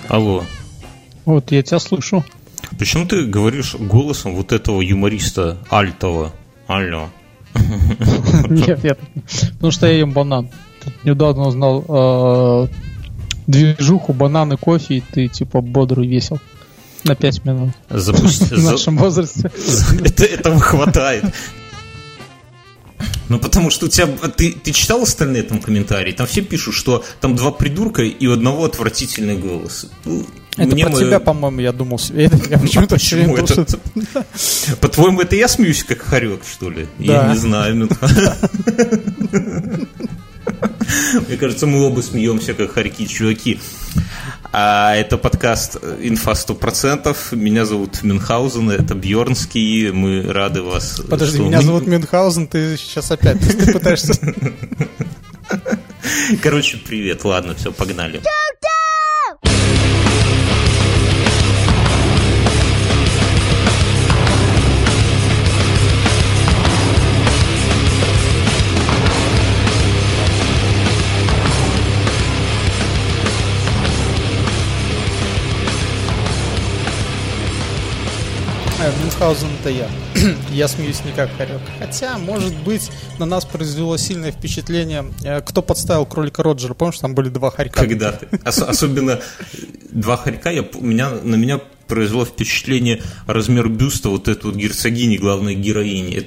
Алло. Вот, я тебя слышу. Почему ты говоришь голосом вот этого юмориста Альтова? Алло. Нет. Потому что я ем банан. Тут недавно узнал движуху, банан и кофе, и ты типа бодрый, весел. На 5 минут. В нашем возрасте. Этого хватает. Ну, потому что у тебя... Ты читал остальные там комментарии? Там все пишут, что там 2 придурка и у одного отвратительный голос. Это про тебя, по-моему, я думал. Я почему-то Почему это? По-твоему, это я смеюсь, как хорек, что ли? Я не знаю. Мне кажется, мы оба смеемся, как хорьки, чуваки. А это подкаст «Инфа 100%». Меня зовут Мюнхгаузен, это Бьернский. Мы рады вас. Подожди, меня зовут Мюнхгаузен, ты сейчас опять ты пытаешься... Короче, привет, ладно, все, погнали. Мюнхгаузен — это я. Я смеюсь не как хорек. Хотя, может быть, на нас произвело сильное впечатление. Кто подставил кролика Роджера? Помнишь, там были 2 хорька? Когда-то. Особенно 2 хорька. На меня произвело впечатление размер бюста вот этой вот герцогини, главной героини.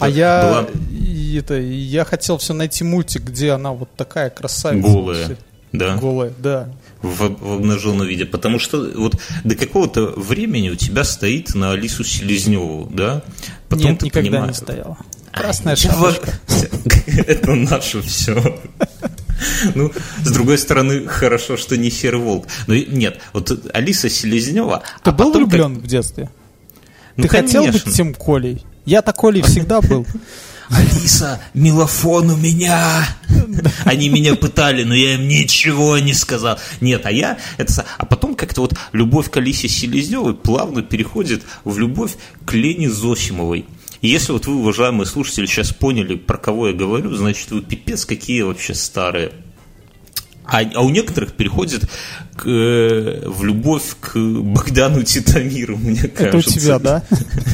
Я хотел все найти мультик, где она вот такая красавица. Голая. Да. Голая, да. В обнаженном виде, потому что вот до какого-то времени у тебя стоит на Алису Селезневу, да? Потом нет, ты никогда понимаешь... не стояла. Красная шапочка. Это наше все. Ну, с другой стороны, хорошо, что не серый волк. Но нет, вот Алиса Селезнева... Ты был влюблен в детстве? Ты хотел быть тем Колей? Я-то Колей всегда был. Алиса, мелофон у меня. Они меня пытали, но я им ничего не сказал. Нет, а потом как-то вот любовь к Алисе Селезневой плавно переходит в любовь к Лене Зосимовой. И если вот вы, уважаемые слушатели, сейчас поняли, про кого я говорю, значит, вы пипец какие вообще старые. А у некоторых переходит в любовь к Богдану Титамиру, мне кажется. Это у тебя, да?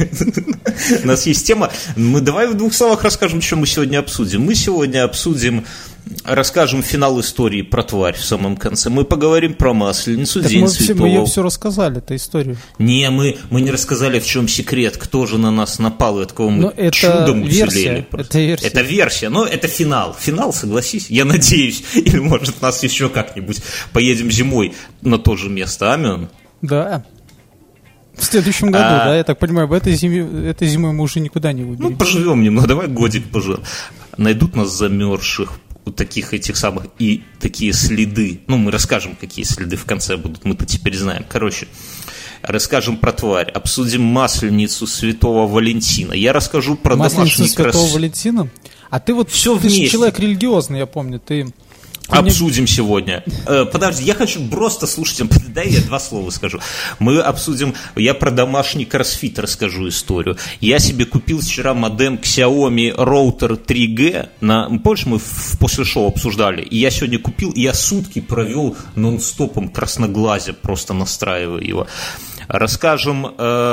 У нас есть тема. Давай в 2 словах расскажем, что мы сегодня обсудим. Мы сегодня расскажем финал истории про тварь в самом конце. Мы поговорим про Масленицу, так День Святого. Мы ее все рассказали, эту историю. Не, мы не рассказали, в чем секрет, кто же на нас напал и от кого мы чудом уцелели. Это версия. Это версия, но это финал. Финал, согласись, я надеюсь. Или, может, нас еще как-нибудь поедем зимой на то же место. Амин? Да. В следующем году, да, я так понимаю, этой зимой мы уже никуда не выберемся. Ну, поживем немного, давай годик поживем. Найдут нас замерзших, таких этих самых, и такие следы. Ну, мы расскажем, какие следы в конце будут, мы-то теперь знаем. Короче, расскажем про тварь, обсудим Масленицу Святого Валентина. Я расскажу про Масленицу Святого Валентина? А ты вот, все ты вместе. Человек религиозный, я помню, ты... Обсудим сегодня. Подожди, я хочу просто слушать. Дай я 2 слова скажу. Мы обсудим. Я про домашний кроссфит расскажу историю. Я себе купил вчера модем Xiaomi Router 3G. Помнишь, мы после шоу обсуждали? И я сегодня купил, и я сутки провел нон-стопом красноглазя, просто настраивая его. Расскажем,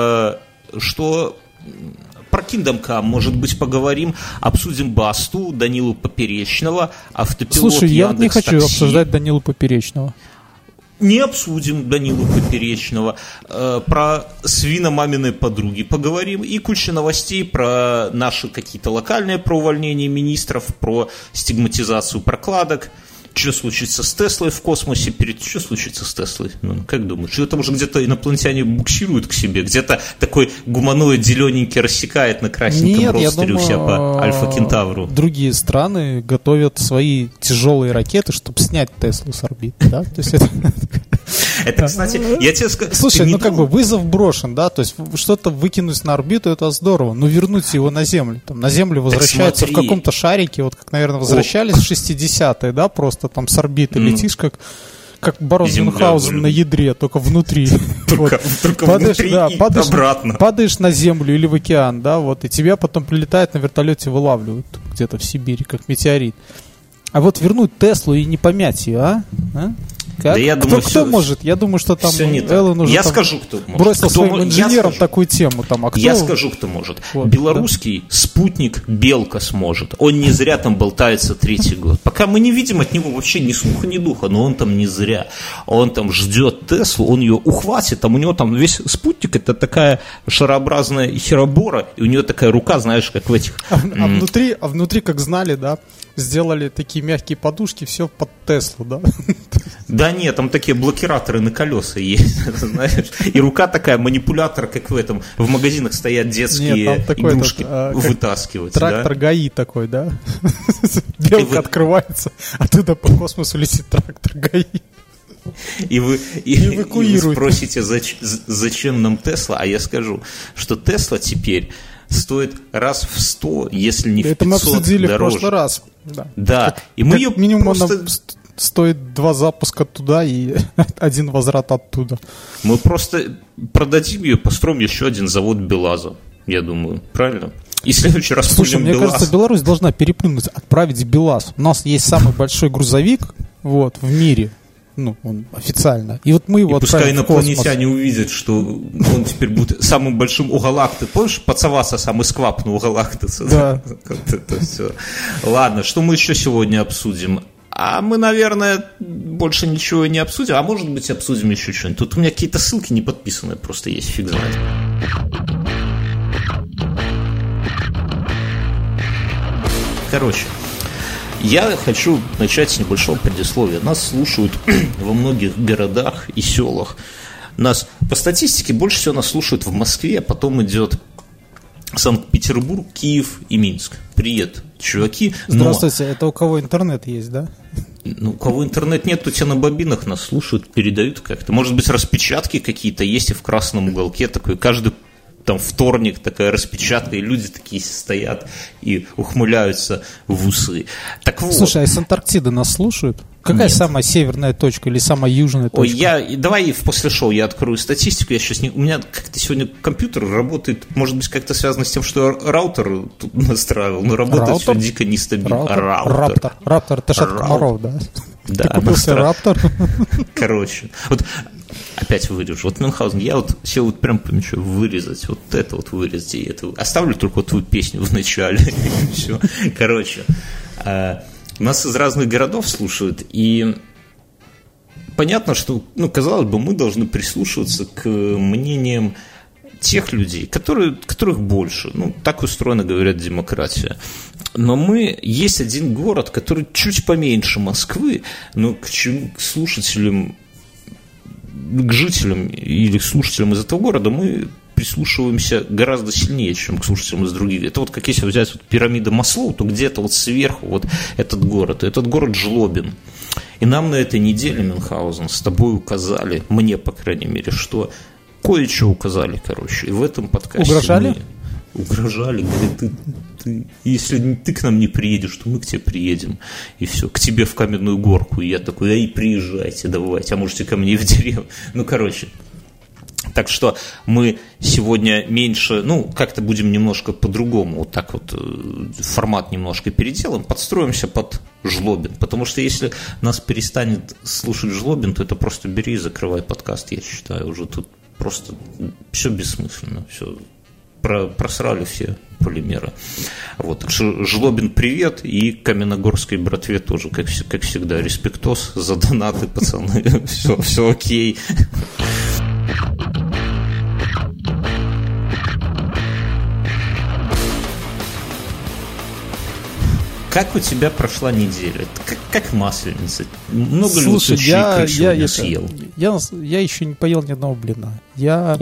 что... Про Kingdom Come, может быть, поговорим, обсудим Басту, Данилу Поперечного, автопилот. Слушай, я Яндекс не хочу Такси. обсуждать Данилу Поперечного. Не обсудим Данилу Поперечного, про свиномаминой подруги поговорим и куча новостей про наши какие-то локальные, про увольнение министров, про стигматизацию прокладок. Что случится с Теслой в космосе? Что случится с Теслой? Ну, как думаешь? Что там уже где-то инопланетяне буксируют к себе? Где-то такой гуманоид зелененький рассекает на красненьком ростере у себя по Альфа-Кентавру? Другие страны готовят свои тяжелые ракеты, чтобы снять Теслу с орбиты, да? То есть это, кстати, я тебе скажу... Слушай, ну как бы вызов брошен, да? То есть что-то выкинуть на орбиту, это здорово, но вернуть его на Землю. Там на Землю возвращаются в каком-то шарике, вот как, наверное, возвращались в 60-е, да, просто там с орбиты летишь, как барон Мюнхгаузен на ядре, только внутри. Только внутри и обратно. Падаешь на землю или в океан, да, вот, и тебя потом прилетают на вертолете, вылавливают где-то в Сибири, как метеорит. А вот вернуть Теслу и не помять ее, а? Как? Да я думаю, кто может? Я думаю, что там Эллен уже скажу, кто может. бросил своим инженерам такую тему. Там, я скажу, кто может. Вот, белорусский спутник Белка сможет. Он не зря там болтается 3-й год. Пока мы не видим от него вообще ни слуха, ни духа, но он там не зря. Он там ждет Теслу, он ее ухватит. Там у него там весь спутник, это такая шарообразная херобора, и у нее такая рука, знаешь, как в этих... А внутри, как знали, да, сделали такие мягкие подушки, все под Теслу, да? Да нет, там такие блокираторы на колеса есть, знаешь. И рука такая, манипулятор, как в магазинах стоят детские игрушки вытаскивать. Трактор ГАИ такой, да? Белка открывается, оттуда по космосу летит трактор ГАИ. И вы спросите, зачем нам Тесла, а я скажу, что Тесла теперь стоит раз в 100, если не в 500 это мы обсудили дороже. В прошлый раз. Да. И мы ее минимум просто... стоит 2 запуска туда и 1 возврат оттуда. Мы просто продадим ее, построим еще один завод БелАЗа, я думаю, правильно? И в следующий раз слушай, мне кажется, Беларусь должна переплюнуть, отправить БелАЗ. У нас есть самый большой грузовик в мире. Он официально. И вот мы его пускай инопланетяне увидят, что он теперь будет самым большим у галактики. Помнишь, Пацаваса самый сквапный у галактицы? Да. Это все. Ладно, что мы еще сегодня обсудим? А мы, наверное, больше ничего не обсудим. А может быть, обсудим еще что-нибудь. Тут у меня какие-то ссылки не подписанные просто есть, фиг знает. Короче, я хочу начать с небольшого предисловия. Нас слушают во многих городах и селах. Нас, по статистике, больше всего нас слушают в Москве, потом идет Санкт-Петербург, Киев и Минск. Привет, чуваки. Здравствуйте, это у кого интернет есть, да? У кого интернет нет, то те на бобинах нас слушают, передают как-то. Может быть, распечатки какие-то есть и в красном уголке такой. Каждый там вторник такая распечатка, и люди такие стоят и ухмыляются в усы. Так вот. Слушай, а из Антарктиды нас слушают? Какая самая северная точка или самая южная точка? Давай после шоу я открою статистику. Я сейчас у меня как-то сегодня компьютер работает, может быть, как-то связано с тем, что раутер тут настраивал, но работает все дико нестабильно. Раптор, это шат комаров, да? Да, ты купился раптор? Короче, вот опять вырежу. Вот Мюнхгаузен, я вот все вот прям помечаю вырезать, вот это вот вырезать, и это. Оставлю только вот твою песню в начале, и все. Короче, нас из разных городов слушают, и понятно, что, казалось бы, мы должны прислушиваться к мнениям тех людей, которых больше. Так устроена, говорят, демократия. Но есть один город, который чуть поменьше Москвы, но к слушателям, к жителям или к слушателям из этого города мы прислушиваемся гораздо сильнее, чем к слушателям из других. Это вот как если взять пирамида Маслоу, то где-то вот сверху вот этот город Жлобин. И нам на этой неделе, Мюнхгаузен, с тобой указали, мне, по крайней мере, что кое-что указали, короче. И в этом подкасте угрожали? Угрожали, говорят, если ты к нам не приедешь, то мы к тебе приедем. И все, к тебе в Каменную Горку. И я такой, приезжайте, давайте, а можете ко мне в деревню. Короче. Так что мы сегодня меньше, как-то будем немножко по-другому, вот так вот формат немножко переделаем, подстроимся под Жлобин. Потому что если нас перестанет слушать Жлобин, то это просто бери и закрывай подкаст, я считаю. Уже тут просто все бессмысленно, все. Просрали все полимеры. Вот. Так что Жлобин привет, и Каменногорской братве тоже, как всегда, респектос за донаты, пацаны. Все окей. Как у тебя прошла неделя? Как масленица? Много ли ты сегодня съел? Я еще не поел ни одного блина. Я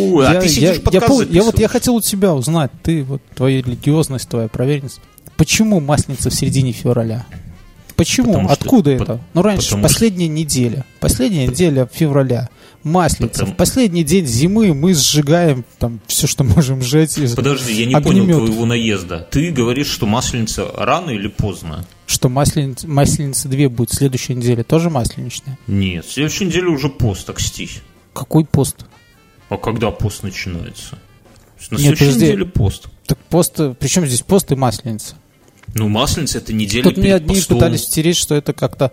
хотел у тебя узнать, твоя религиозность, твоя проверенность. Почему масленица в середине февраля? Почему? Откуда это? Раньше, последняя неделя февраля. Масленица. В последний день зимы мы сжигаем там все, что можем сжечь. Подожди, я не понял твоего наезда. Ты говоришь, что масленица рано или поздно? Что масленица 2 будет в следующей неделе. Тоже масленичная? Нет, в следующей неделе уже пост, окстись. Какой пост? А когда пост начинается? На следующей неделе пост. Так пост, причем здесь пост и масленица? Масленица — это неделя тут перед мне одни постом. пытались втереть, что это как-то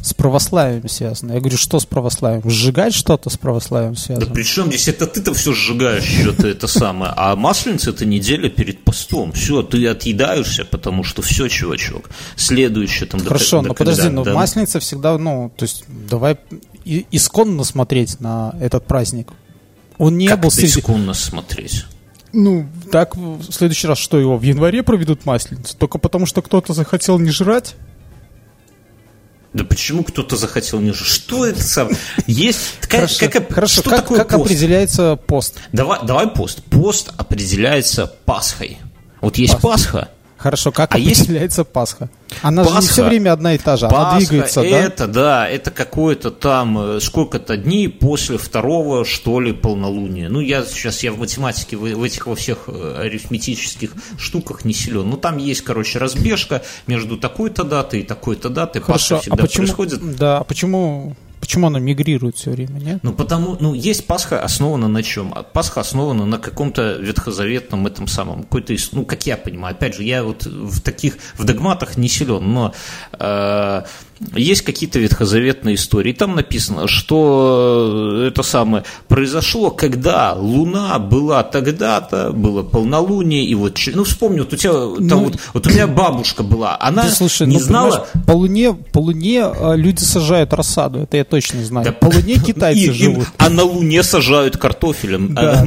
с православием связано. Я говорю, что с православием? Сжигать что-то с православием связано? Да при чем здесь это ты-то все сжигаешь, что-то это самое. А Масленица — это неделя перед постом. Все, ты отъедаешься, потому что все, чувачок. Следующее там... Хорошо, но подожди, но Масленица всегда, то есть давай исконно смотреть на этот праздник. Он не был среди... исконно смотреть? Так в следующий раз что, его в январе проведут Масленицу? Только потому, что кто-то захотел не жрать? Да почему кто-то захотел не жрать? Что это самое? Есть... Хорошо, как определяется пост? Давай пост. Пост определяется Пасхой. Вот есть Пасха. Хорошо, как определяется Пасха? Она же не все время одна и та же, она двигается, да? Это какое-то там, сколько-то дней после второго, что ли, полнолуния. Я в математике, в этих во всех арифметических штуках не силен. Там есть, разбежка между такой-то датой и такой-то датой. Хорошо, Пасха всегда происходит. Да, а почему она мигрирует все время, нет? Есть Пасха основана на чем? Пасха основана на каком-то ветхозаветном этом самом, какой-то, как я понимаю, опять же, я вот в догматах не силен, но есть какие-то ветхозаветные истории. Там написано, что это самое произошло, когда Луна была тогда-то, было полнолуние, и вот, вспомни, вот у тебя, вот у меня бабушка была, она не знала... По Луне люди сажают рассаду, это я точно знаю. Да, по Луне китайцы живут. А на Луне сажают картофелем. Да.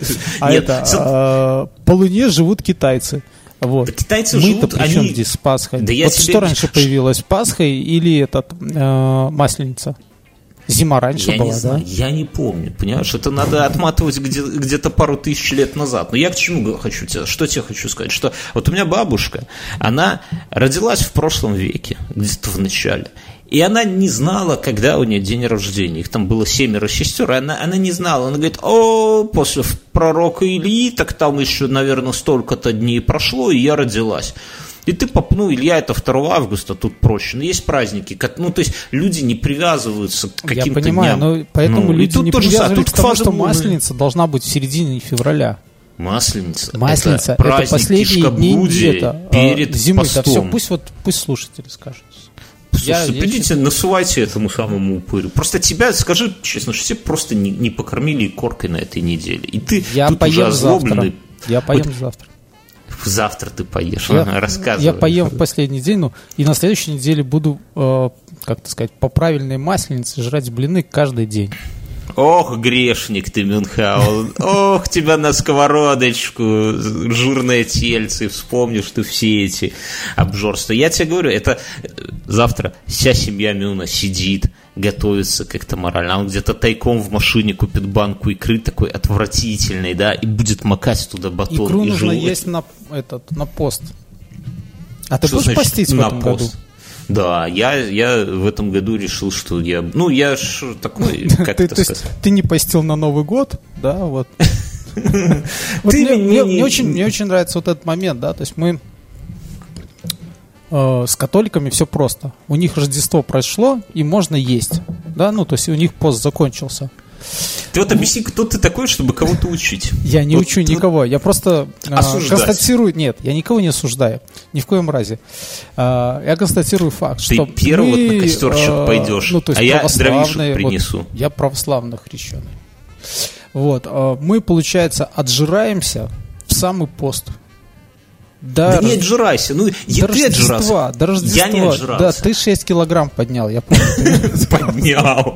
По Луне живут китайцы. Вот. Да китайцы живут, причем здесь с Пасхой? Да что раньше появилось, Пасха или Масленица? Зима раньше была, да? Я не помню, понимаешь? Это надо отматывать где-то пару тысяч лет назад. Но я к чему хочу тебе хочу сказать? Что вот у меня бабушка, она родилась в прошлом веке, где-то в начале. И она не знала, когда у нее день рождения. Их там было 7 сестер, и она не знала. Она говорит, после пророка Ильи, так там еще, наверное, столько-то дней прошло, и я родилась. И ты Илья, это 2 августа, тут проще. Но есть праздники, то есть люди не привязываются к каким-то дням. Я понимаю, но поэтому люди не привязываются к тому, что Масленица должна быть в середине февраля. Масленица это последние дни перед зимы. постом. Да, все, пусть слушатели скажут. Слушайте, придите, насувайте этому самому упырю. Просто тебя, скажи честно, что тебя просто не покормили коркой на этой неделе. И ты тут уже озлобленный. Я поем завтра. Завтра ты поешь, рассказывай. Я поем в последний день, и на следующей неделе буду, по правильной Масленице жрать блины каждый день. Ох, грешник ты, Мюнхгаузен, ох, тебя на сковородочку, жирное тельце, вспомнишь ты все эти обжорства. Я тебе говорю, это завтра вся семья Мюна сидит, готовится как-то морально, а он где-то тайком в машине купит банку икры такой отвратительной, да, и будет макать туда батон. Икру нужно есть на пост. А ты будешь постить в этом году? Да, я в этом году решил, что я ж такой, как это сказать. Ты не постил на Новый год, да, вот. Мне очень нравится вот этот момент, да, то есть мы с католиками все просто. У них Рождество прошло, и можно есть, да, то есть у них пост закончился. Ты вот объясни, кто ты такой, чтобы кого-то учить. Я не учу никого, я просто констатирую... Нет, я никого не осуждаю, ни в коем разе. Я констатирую факт, что ты первый на костерчик пойдешь, а я дровишек принесу. Я православно хрещеный. Вот, мы, получается, отжираемся в самый пост. Да не отжирайся. Ты отжирался. До Рождества. Я не отжирался. Да, ты 6 килограмм поднял, я помню. Поднял.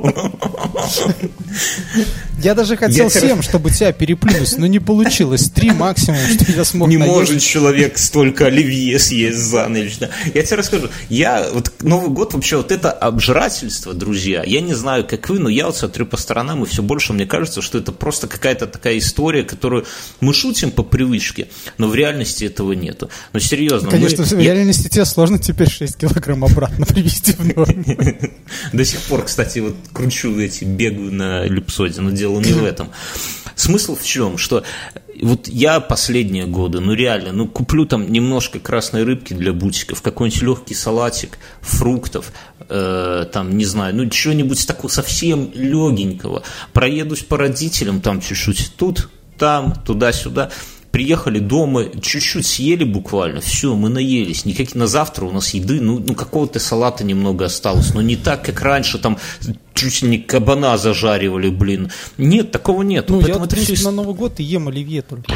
Я даже хотел 7, чтобы тебя переплюнуть, но не получилось. 3 максимум, что я смог наесть. Не может человек столько оливье съесть за ночь. Да? Я тебе расскажу. Новый год вообще, вот это обжирательство, друзья, я не знаю, как вы, но я вот смотрю по сторонам, и все больше мне кажется, что это просто какая-то такая история, которую мы шутим по привычке, но в реальности этого нет. Но серьезно. Конечно, в реальности тебе сложно теперь 6 килограмм обратно привести в норму. До сих пор, кстати, вот кручу бегаю на эллипсоде, но дело не в этом. Смысл в чем? Что вот я последние годы, реально, куплю там немножко красной рыбки для бутиков, какой-нибудь легкий салатик, фруктов, там, не знаю, чего-нибудь такого совсем легенького, проедусь по родителям, там чуть-чуть тут, там, туда-сюда. приехали дома, чуть-чуть съели буквально, все, мы наелись. На завтра у нас еды, ну какого-то салата немного осталось, но не так, как раньше, там чуть ли не кабана зажаривали, блин. Нет, такого нет. Ну, я, в принципе, на Новый год и ем оливье только.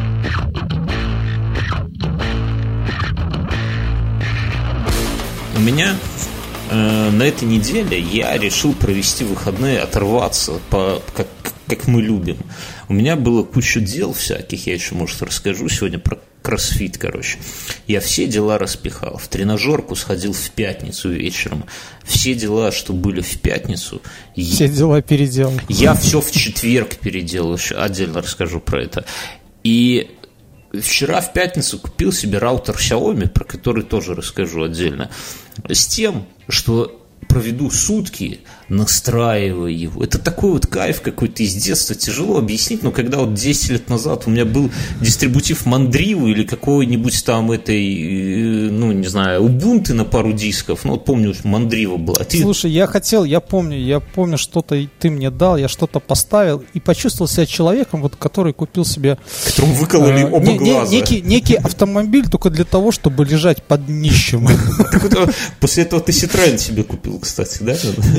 У меня на этой неделе я решил провести выходные, оторваться, как мы любим. У меня было куча дел всяких, я еще, может, расскажу сегодня про кроссфит, короче. Я все дела распихал. В тренажерку сходил в пятницу вечером. Все дела, что были в пятницу... Все дела переделал. Я все в четверг переделал, еще отдельно расскажу про это. И... Вчера в пятницу купил себе раутер Xiaomi, про который тоже расскажу отдельно, с тем, что проведу сутки, настраивая его. Это такой вот кайф какой-то из детства, тяжело объяснить, но когда вот 10 лет назад у меня был дистрибутив Mandriva или какой-нибудь там этой, ну, не знаю, Ubuntu на пару дисков, ну, вот помню, Mandriva была. Слушай, я помню, что-то ты мне дал, я что-то поставил и почувствовал себя человеком, вот, который купил себе... Которому выкололи оба глаза. Некий автомобиль только для того, чтобы лежать под днищем. После этого ты Citroёn себе купил, кстати, да?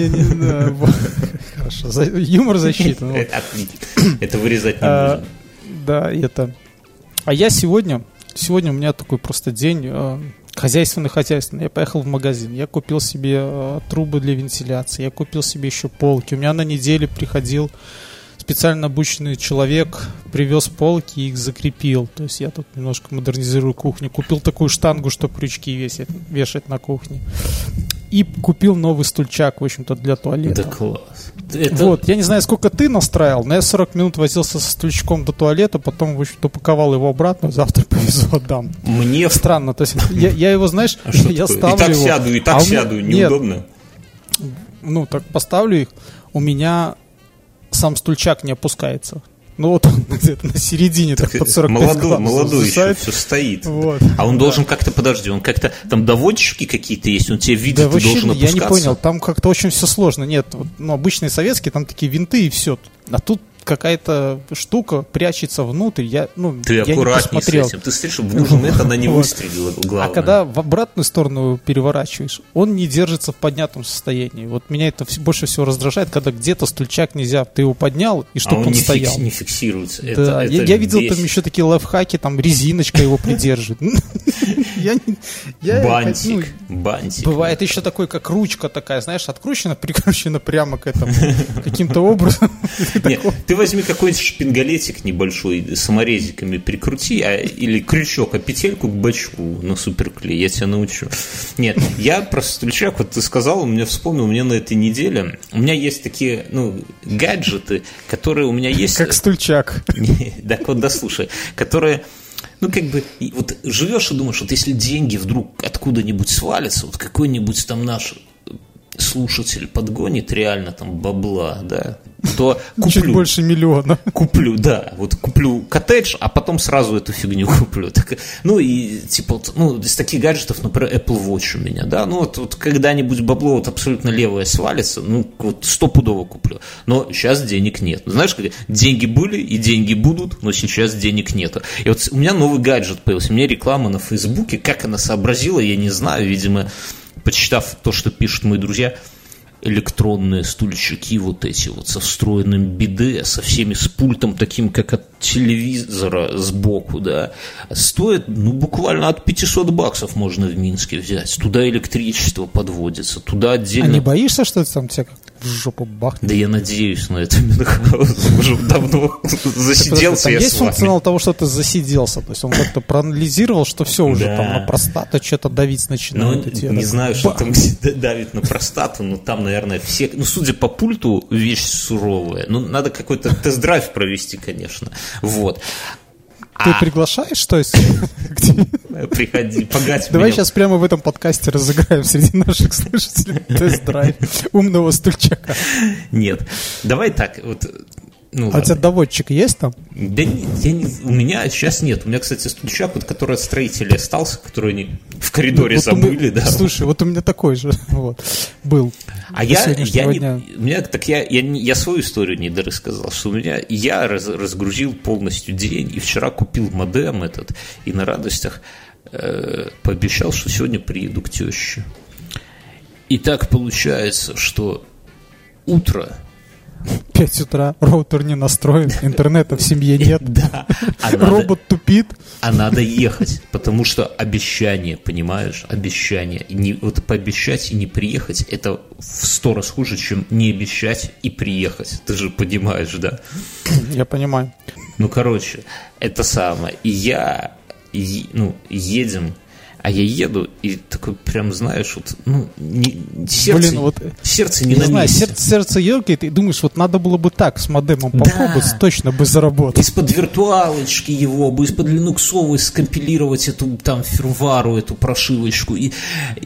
Хорошо, юмор засчитан. Это вырезать не будем. Да, это. А я сегодня у меня такой просто день хозяйственный. Я поехал в магазин, я купил себе трубы для вентиляции, я купил себе еще полки. У меня на неделе приходил специально обученный человек, привез полки и их закрепил. То есть я тут немножко модернизирую кухню. Купил такую штангу, чтобы крючки вешать на кухне. И купил новый стульчак, в общем-то, для туалета. Да класс. Вот, я не знаю, сколько ты настраивал, но я 40 минут возился со стульчаком до туалета, потом, в общем-то, упаковал его обратно, завтра повезу, отдам. Мне странно, то есть я его, знаешь, я ставлю и так сяду, неудобно. Ну, так поставлю их, у меня сам стульчак не опускается. Ну вот он где-то на середине, так под 45 молодой еще, все стоит. Вот. А он должен как-то, подожди, он как-то, там доводчики какие-то есть, он тебе видит, да, ты должен опускаться. Я не понял, там как-то очень все сложно. Нет, ну, обычные советские, там такие винты и все. А тут какая-то штука прячется внутрь. Ты аккуратней с этим. Ты смотри, чтобы в нужный момент она не выстрелила, главное. А когда в обратную сторону переворачиваешь, он не держится в поднятом состоянии. Вот меня это больше всего раздражает, когда где-то стульчак нельзя, ты его поднял, и чтобы он стоял. Не фиксируется. Да, я видел там еще такие лайфхаки, там резиночка его придерживает. Бантик. Бывает еще такой, как ручка такая, знаешь, откручена, прикручена прямо к этому каким-то образом. Нет, ты возьми какой-нибудь шпингалетик небольшой, саморезиками прикрути, или крючок, а петельку к бачку на суперклей, я тебя научу. Нет, я про стульчак, вот ты сказал, у меня вспомнил, у меня на этой неделе, у меня есть такие, гаджеты, которые у меня есть... Как стульчак. Так вот, дослушай, которые... вот живешь и думаешь, вот если деньги вдруг откуда-нибудь свалятся, вот какой-нибудь там наш слушатель подгонит реально там бабла, да, то куплю. Чуть больше миллиона. Куплю коттедж, а потом сразу эту фигню куплю. Из таких гаджетов, например, Apple Watch у меня, да, вот когда-нибудь бабло вот абсолютно левое свалится, стопудово куплю. Но сейчас денег нет. Знаешь, деньги были и деньги будут, но сейчас денег нету. И вот у меня новый гаджет появился, у меня реклама на Фейсбуке, как она сообразила, я не знаю, видимо, почитав то, что пишут мои друзья, электронные стульчики вот эти вот со встроенным биде, со всеми с пультом таким, как от телевизора сбоку, да, стоит, буквально от $500 можно в Минске взять. Туда электричество подводится, туда отдельно... А не боишься, что это там тебя в жопу бахнет? Да я надеюсь на это. Уже давно засиделся я с вами. Есть функционал того, что ты засиделся, то есть он как-то проанализировал, что все уже там на простату что-то давить начинает. Не знаю, что там давит на простату, но там, наверное, все... судя по пульту, вещь суровая. Надо какой-то тест-драйв провести, конечно. Вот. Ты приглашаешь, что есть? Приходи, погать. Давай сейчас прямо в этом подкасте разыграем среди наших слушателей тест-драйв умного стульчака. Нет. Давай так, вот Ну, а у тебя доводчик есть там? Да нет, у меня сейчас нет. У меня, кстати, стульчак, вот, который от строителей остался, который они в коридоре вот забыли. Да. Слушай, вот у меня такой же был. А я свою историю не дорассказал, что я разгрузил полностью день, и вчера купил модем этот, и на радостях пообещал, что сегодня приеду к теще. И так получается, что утро... 5 утра, роутер не настроен, интернета в семье нет, да. Робот тупит. А надо ехать, потому что обещание, понимаешь, обещание. Вот пообещать и не приехать, это в 100 раз хуже, чем не обещать и приехать. Ты же понимаешь, да? Я понимаю. Ну, короче, это самое. И едем... А я еду, и такой прям, знаешь, вот, сердце не на месте. Сердце ёркает, и думаешь, вот надо было бы так с модемом попробовать, точно бы заработать. Из-под виртуалочки его, из-под линуксовой скомпилировать эту там фирмвару, эту прошивочку. И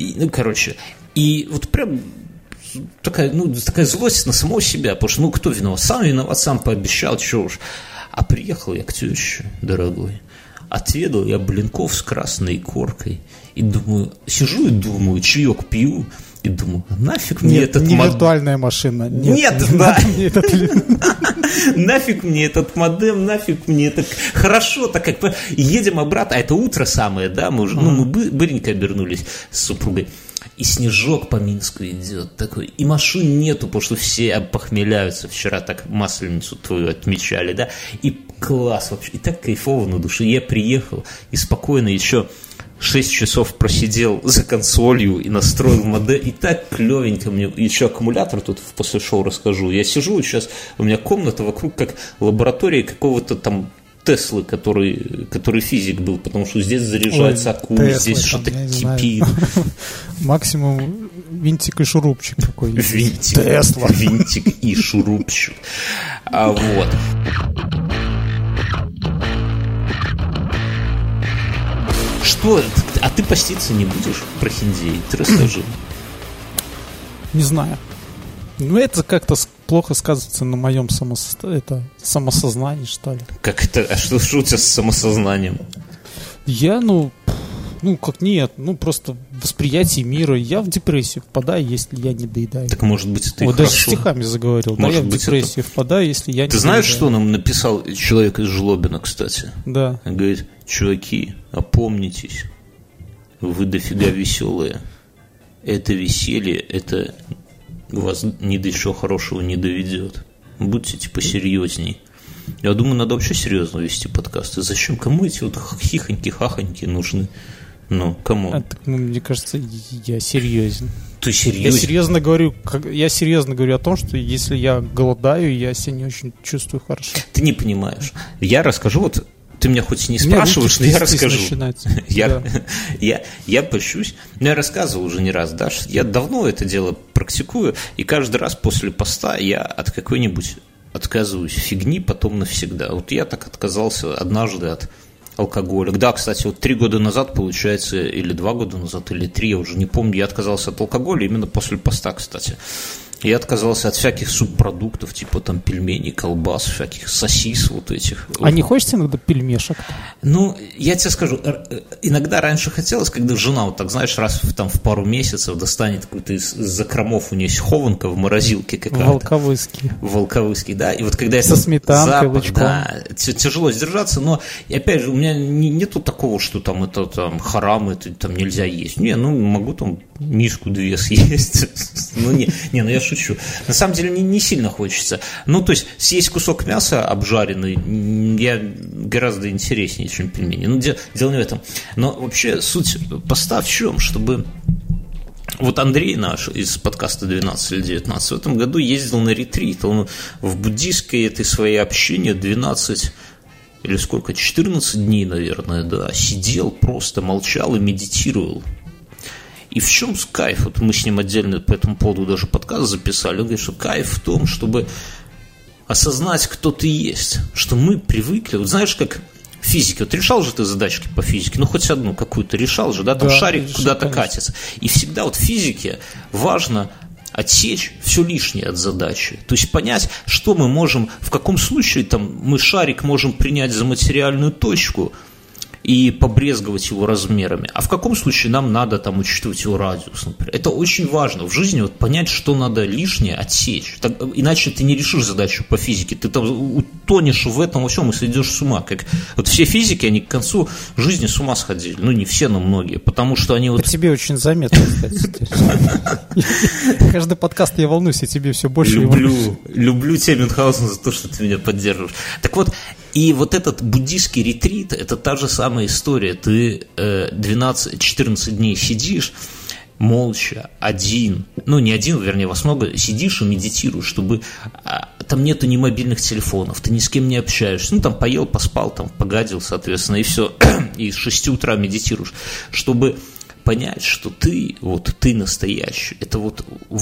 вот прям такая злость на самого себя, потому что, кто виноват? Сам виноват, сам пообещал, чего уж. А приехал я к теще, дорогой. Отведал я блинков с красной коркой. И сижу и думаю, чаек пью. И думаю, нафиг мне этот модем. Не виртуальная машина. Нет, да. Нафиг мне этот модем, нафиг мне это... Хорошо, так как едем обратно. А это утро самое, да? Мы быренько обернулись с супругой. И снежок по Минску идет такой. И машин нету, потому что все похмеляются. Вчера так Масленицу твою отмечали, да? И класс вообще. И так кайфово на душе. Я приехал и спокойно еще 6 часов просидел за консолью и настроил модем. И так клевенько мне. Еще аккумулятор тут после шоу расскажу. Я сижу сейчас, у меня комната вокруг как лаборатория какого-то там Теслы, который физик был, потому что здесь заряжается аккум, здесь что-то кипит. Максимум винтик и шурупчик какой-нибудь. Тесла. Винтик и шурупчик. Вот. Что? А ты поститься не будешь, прохиндей? Ты расскажи. Не знаю. Это как-то плохо сказывается на моем самосознании, что ли. Как это? А что у тебя с самосознанием? Я, просто восприятие мира. Я в депрессию впадаю, если я не доедаю. Так, может быть, это и хорошо. Даже стихами заговорил. Может я в депрессию впадаю, если я не доедаю. Ты знаешь, что нам написал человек из Жлобина, кстати? Да. Он говорит, чуваки, опомнитесь, вы дофига веселые. Это веселье, это... вас ни до чего хорошего не доведет. Будьте посерьезней. Я думаю, надо вообще серьезно вести подкасты. Зачем? Кому эти вот хихоньки-хахоньки нужны? Кому? Мне кажется, я серьезен. Ты серьезен? Я серьезно говорю о том, что если я голодаю, я себя не очень чувствую хорошо. Ты не понимаешь. Я расскажу, ты меня хоть не спрашиваешь, но я расскажу. Я пощусь. Я рассказывал уже не раз, да, я давно это дело практикую, и каждый раз после поста я от какой-нибудь отказываюсь фигни потом навсегда. Вот я так отказался однажды от алкоголя. Да, кстати, 3 года назад, получается, или 2 года назад, или 3, я уже не помню, я отказался от алкоголя именно после поста, кстати. Я отказался от всяких субпродуктов, типа там пельменей, колбас, всяких сосис вот этих. А не хочется иногда пельмешек? Я тебе скажу, иногда раньше хотелось, когда жена, вот так, знаешь, раз в пару месяцев достанет какой-то из закромов, у нее есть хованка в морозилке какая-то. Волковыский, да. И вот когда со сметанкой, лучком. Да, тяжело сдержаться, но, и опять же, у меня нету такого, что там это там харам, это там нельзя есть. Могу там мишку 2 съесть. Я шучу. На самом деле не сильно хочется. То есть съесть кусок мяса обжаренный я гораздо интереснее, чем пельмени. Дело не в этом. Но вообще суть поста в чем? Чтобы... Вот Андрей наш из подкаста 12 или 19 в этом году ездил на ретрит. Он в буддийской этой своей общине 12 или сколько, 14 дней, наверное, да, сидел, просто молчал и медитировал. И в чем кайф? Вот мы с ним отдельно по этому поводу даже подкаст записали. Он говорит, что кайф в том, чтобы осознать, кто ты есть. Что мы привыкли. Вот знаешь, как в физике. Вот решал же ты задачки по физике. Хоть одну какую-то решал же, да? Там шарик куда-то катится. И всегда вот в физике важно отсечь все лишнее от задачи. То есть понять, что мы можем, в каком случае там, мы шарик можем принять за материальную точку и побрезговать его размерами, а в каком случае нам надо там учитывать его радиус, например. Это очень важно в жизни, вот понять, что надо лишнее отсечь. Так, иначе ты не решишь задачу по физике, ты там утонешь в этом во всем и сойдешь с ума. Как, вот все физики, они к концу жизни с ума сходили. Ну, не все, но многие, потому что они вот... По тебе очень заметно, кстати. Каждый подкаст я волнуюсь, я тебе все больше Люблю тебя, Мюнхгаузен, за то, что ты меня поддерживаешь. Так вот, и вот этот буддийский ретрит, это та же самая история. Ты 12-14 дней сидишь молча, один, ну не один, вернее, вас много, сидишь и медитируешь, чтобы там нету ни мобильных телефонов, ты ни с кем не общаешься, ну там поел, поспал, там погадил, соответственно, и все, и с 6 утра медитируешь, чтобы понять, что ты, вот ты настоящий, это вот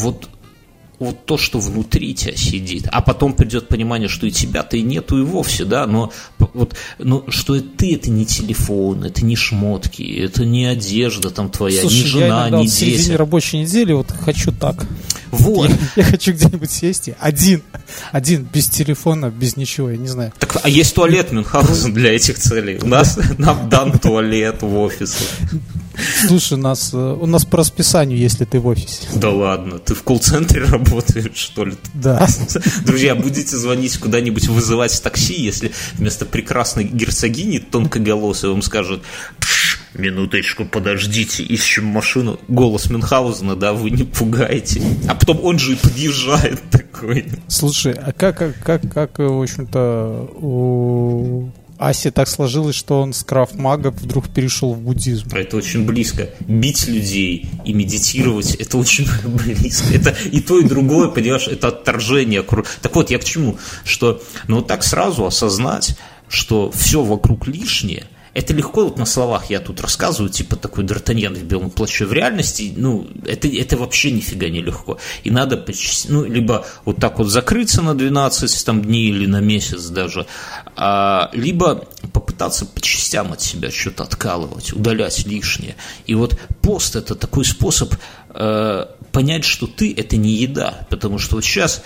то, что внутри тебя сидит, а потом придет понимание, что и тебя-то и нету и вовсе, да, но что ты это не телефон, это не шмотки, это не одежда там твоя, слушай, не жена, не дети. В середине рабочей недели вот хочу так. Вот. Я хочу где-нибудь сесть один, без телефона, без ничего, я не знаю. Так, а есть туалет, Мюнхгаузен, для этих целей? Нам дан туалет в офисе. Слушай, у нас по расписанию, если ты в офисе. Да ладно, ты в колл-центре работаешь, что ли? Да. Друзья, будете звонить куда-нибудь, вызывать такси, если вместо прекрасной герцогини тонкоголосой вам скажут: минуточку, подождите, ищем машину. Голос Мюнхгаузена, да, вы не пугаете. А потом он же и подъезжает такой. Слушай, а как в общем-то, у Аси так сложилось, что он с крафт-мага вдруг перешел в буддизм? Это очень близко. Бить людей и медитировать — это очень близко. Это и то, и другое, понимаешь, это отторжение. Так вот, я к чему? Что, вот так сразу осознать, что все вокруг лишнее. Это легко вот на словах я тут рассказываю, типа такой Д'Артаньян в белом плаще. В реальности, это вообще нифига не легко. И надо, либо вот так вот закрыться на 12 там, дней или на месяц даже, либо попытаться по частям от себя что-то откалывать, удалять лишнее. И вот пост – это такой способ понять, что ты – это не еда. Потому что вот сейчас...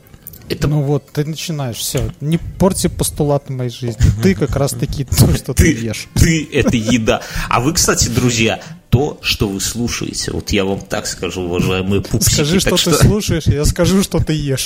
ты начинаешь, все, не порти постулаты моей жизни. Ты как раз-таки то, что ты ешь. Ты – это еда. А вы, кстати, друзья, то, что вы слушаете, вот я вам так скажу, уважаемые пупсики. Скажи, что ты слушаешь, я скажу, что ты ешь.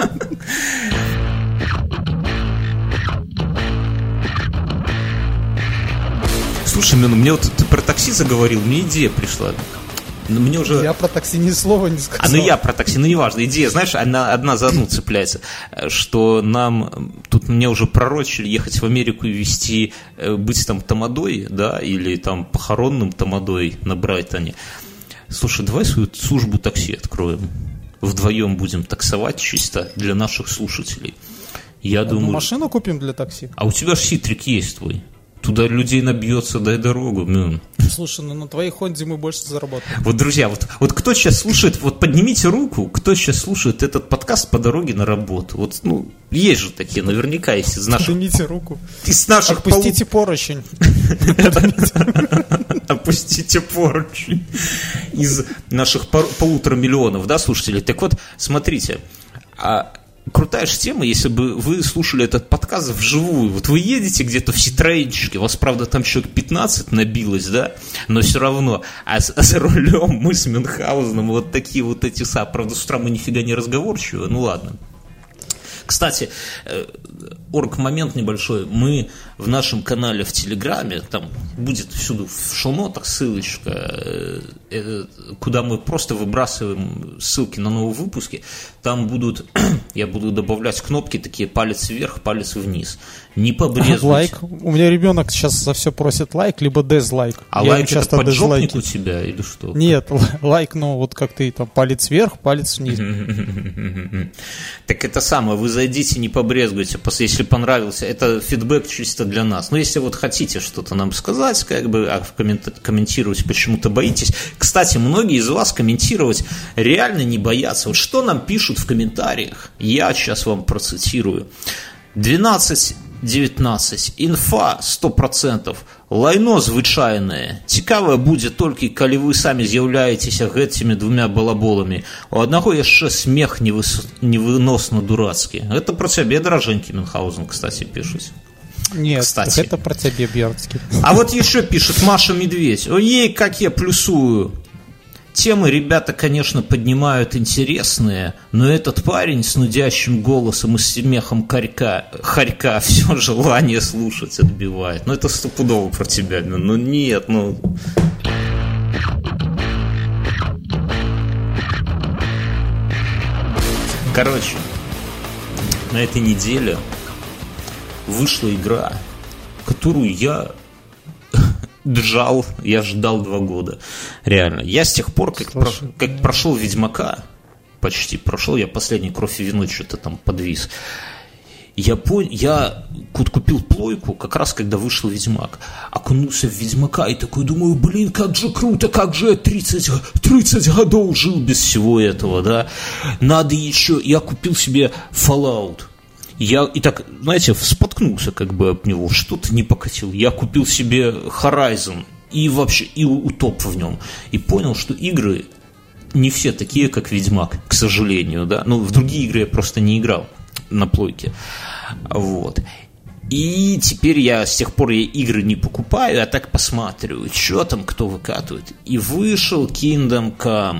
Слушай, мне вот ты про такси заговорил, мне идея пришла. Мне уже... Я про такси ни слова не сказал. Я про такси, неважно. Идея, знаешь, она одна за одну цепляется. Что тут мне уже пророчили ехать в Америку и вести, быть там тамадой, да, или там похоронным тамадой на Брайтоне. Слушай, давай свою службу такси откроем. Вдвоем будем таксовать чисто для наших слушателей. Я думаю... машину купим для такси. А у тебя же Ситрик есть твой. Туда людей набьется, дай дорогу. Слушай, на твоей Хонде мы больше заработаем. Вот, друзья, вот кто сейчас слушает, вот поднимите руку, кто сейчас слушает этот подкаст по дороге на работу. Вот, есть же такие, наверняка есть из наших... Поднимите руку. Из наших... Опустите поручень. Опустите поручень. Из наших 1,5 миллиона, да, слушателей. Так вот, смотрите, крутая же тема, если бы вы слушали этот подкаст вживую. Вот вы едете где-то в Ситроенчике, вас, правда, там человек 15 набилось, да, но все равно. А за рулем мы с Мюнхгаузеном вот такие вот эти правда, с утра мы нифига не разговорчивые, ладно. Кстати, момент небольшой. Мы в нашем канале в Телеграме, там будет всюду в шоу-нотах ссылочка, куда мы просто выбрасываем ссылки на новые выпуски. Там я буду добавлять кнопки такие: палец вверх, палец вниз. Не побрезгуйте. Лайк. У меня ребенок сейчас за все просит лайк, либо дизлайк. А я лайк это поджопник у тебя или что? Нет, лайк, вот как ты там, палец вверх, палец вниз. Так это самое, вы зайдите, не побрезгуйте, если понравился. Это фидбэк чисто для нас. Но если вот хотите что-то нам сказать, комментировать почему-то боитесь. Кстати, многие из вас комментировать реально не боятся. Вот что нам пишут в комментариях, я сейчас вам процитирую. 12 19. Інфа 100%. Лайно звычайнае. Цікавае будзе толькі, калі вы самі з'яўляецеся гэтымі двумя балаболамі. У аднаго яшчэ смех невыносна дурацкі. Гэта пра цябе, даражэнькі, Мюнхгаузен, кстати, пишуць. Нет, кстати. Это про тебя, Бёрдский. А вот еще пишет Маша Медведь. Ой, как я плюсую. Темы ребята, конечно, поднимают интересные, но этот парень с нудящим голосом и смехом хорька все желание слушать отбивает. Ну, это стопудово про тебя. Ну, нет, ну... Короче, на этой неделе вышла игра, которую я ждал 2 года. Реально. Я с тех пор, как прошел Ведьмака, почти прошел, я последний Кровь и вино что-то там подвис. Я купил плойку как раз, когда вышел Ведьмак. Окунулся в Ведьмака и такой думаю, блин, как же круто, как же я 30 годов жил без всего этого, да. Надо еще... Я купил себе Fallout. Я и так, знаете, споткнулся как бы об него, что-то не покатил. Я купил себе Horizon и вообще и утоп в нем. И понял, что игры не все такие, как Ведьмак, к сожалению, да. Ну, в другие игры я просто не играл на плойке. Вот. И теперь с тех пор я игры не покупаю, а так посматриваю, что там кто выкатывает. И вышел Kingdom Come.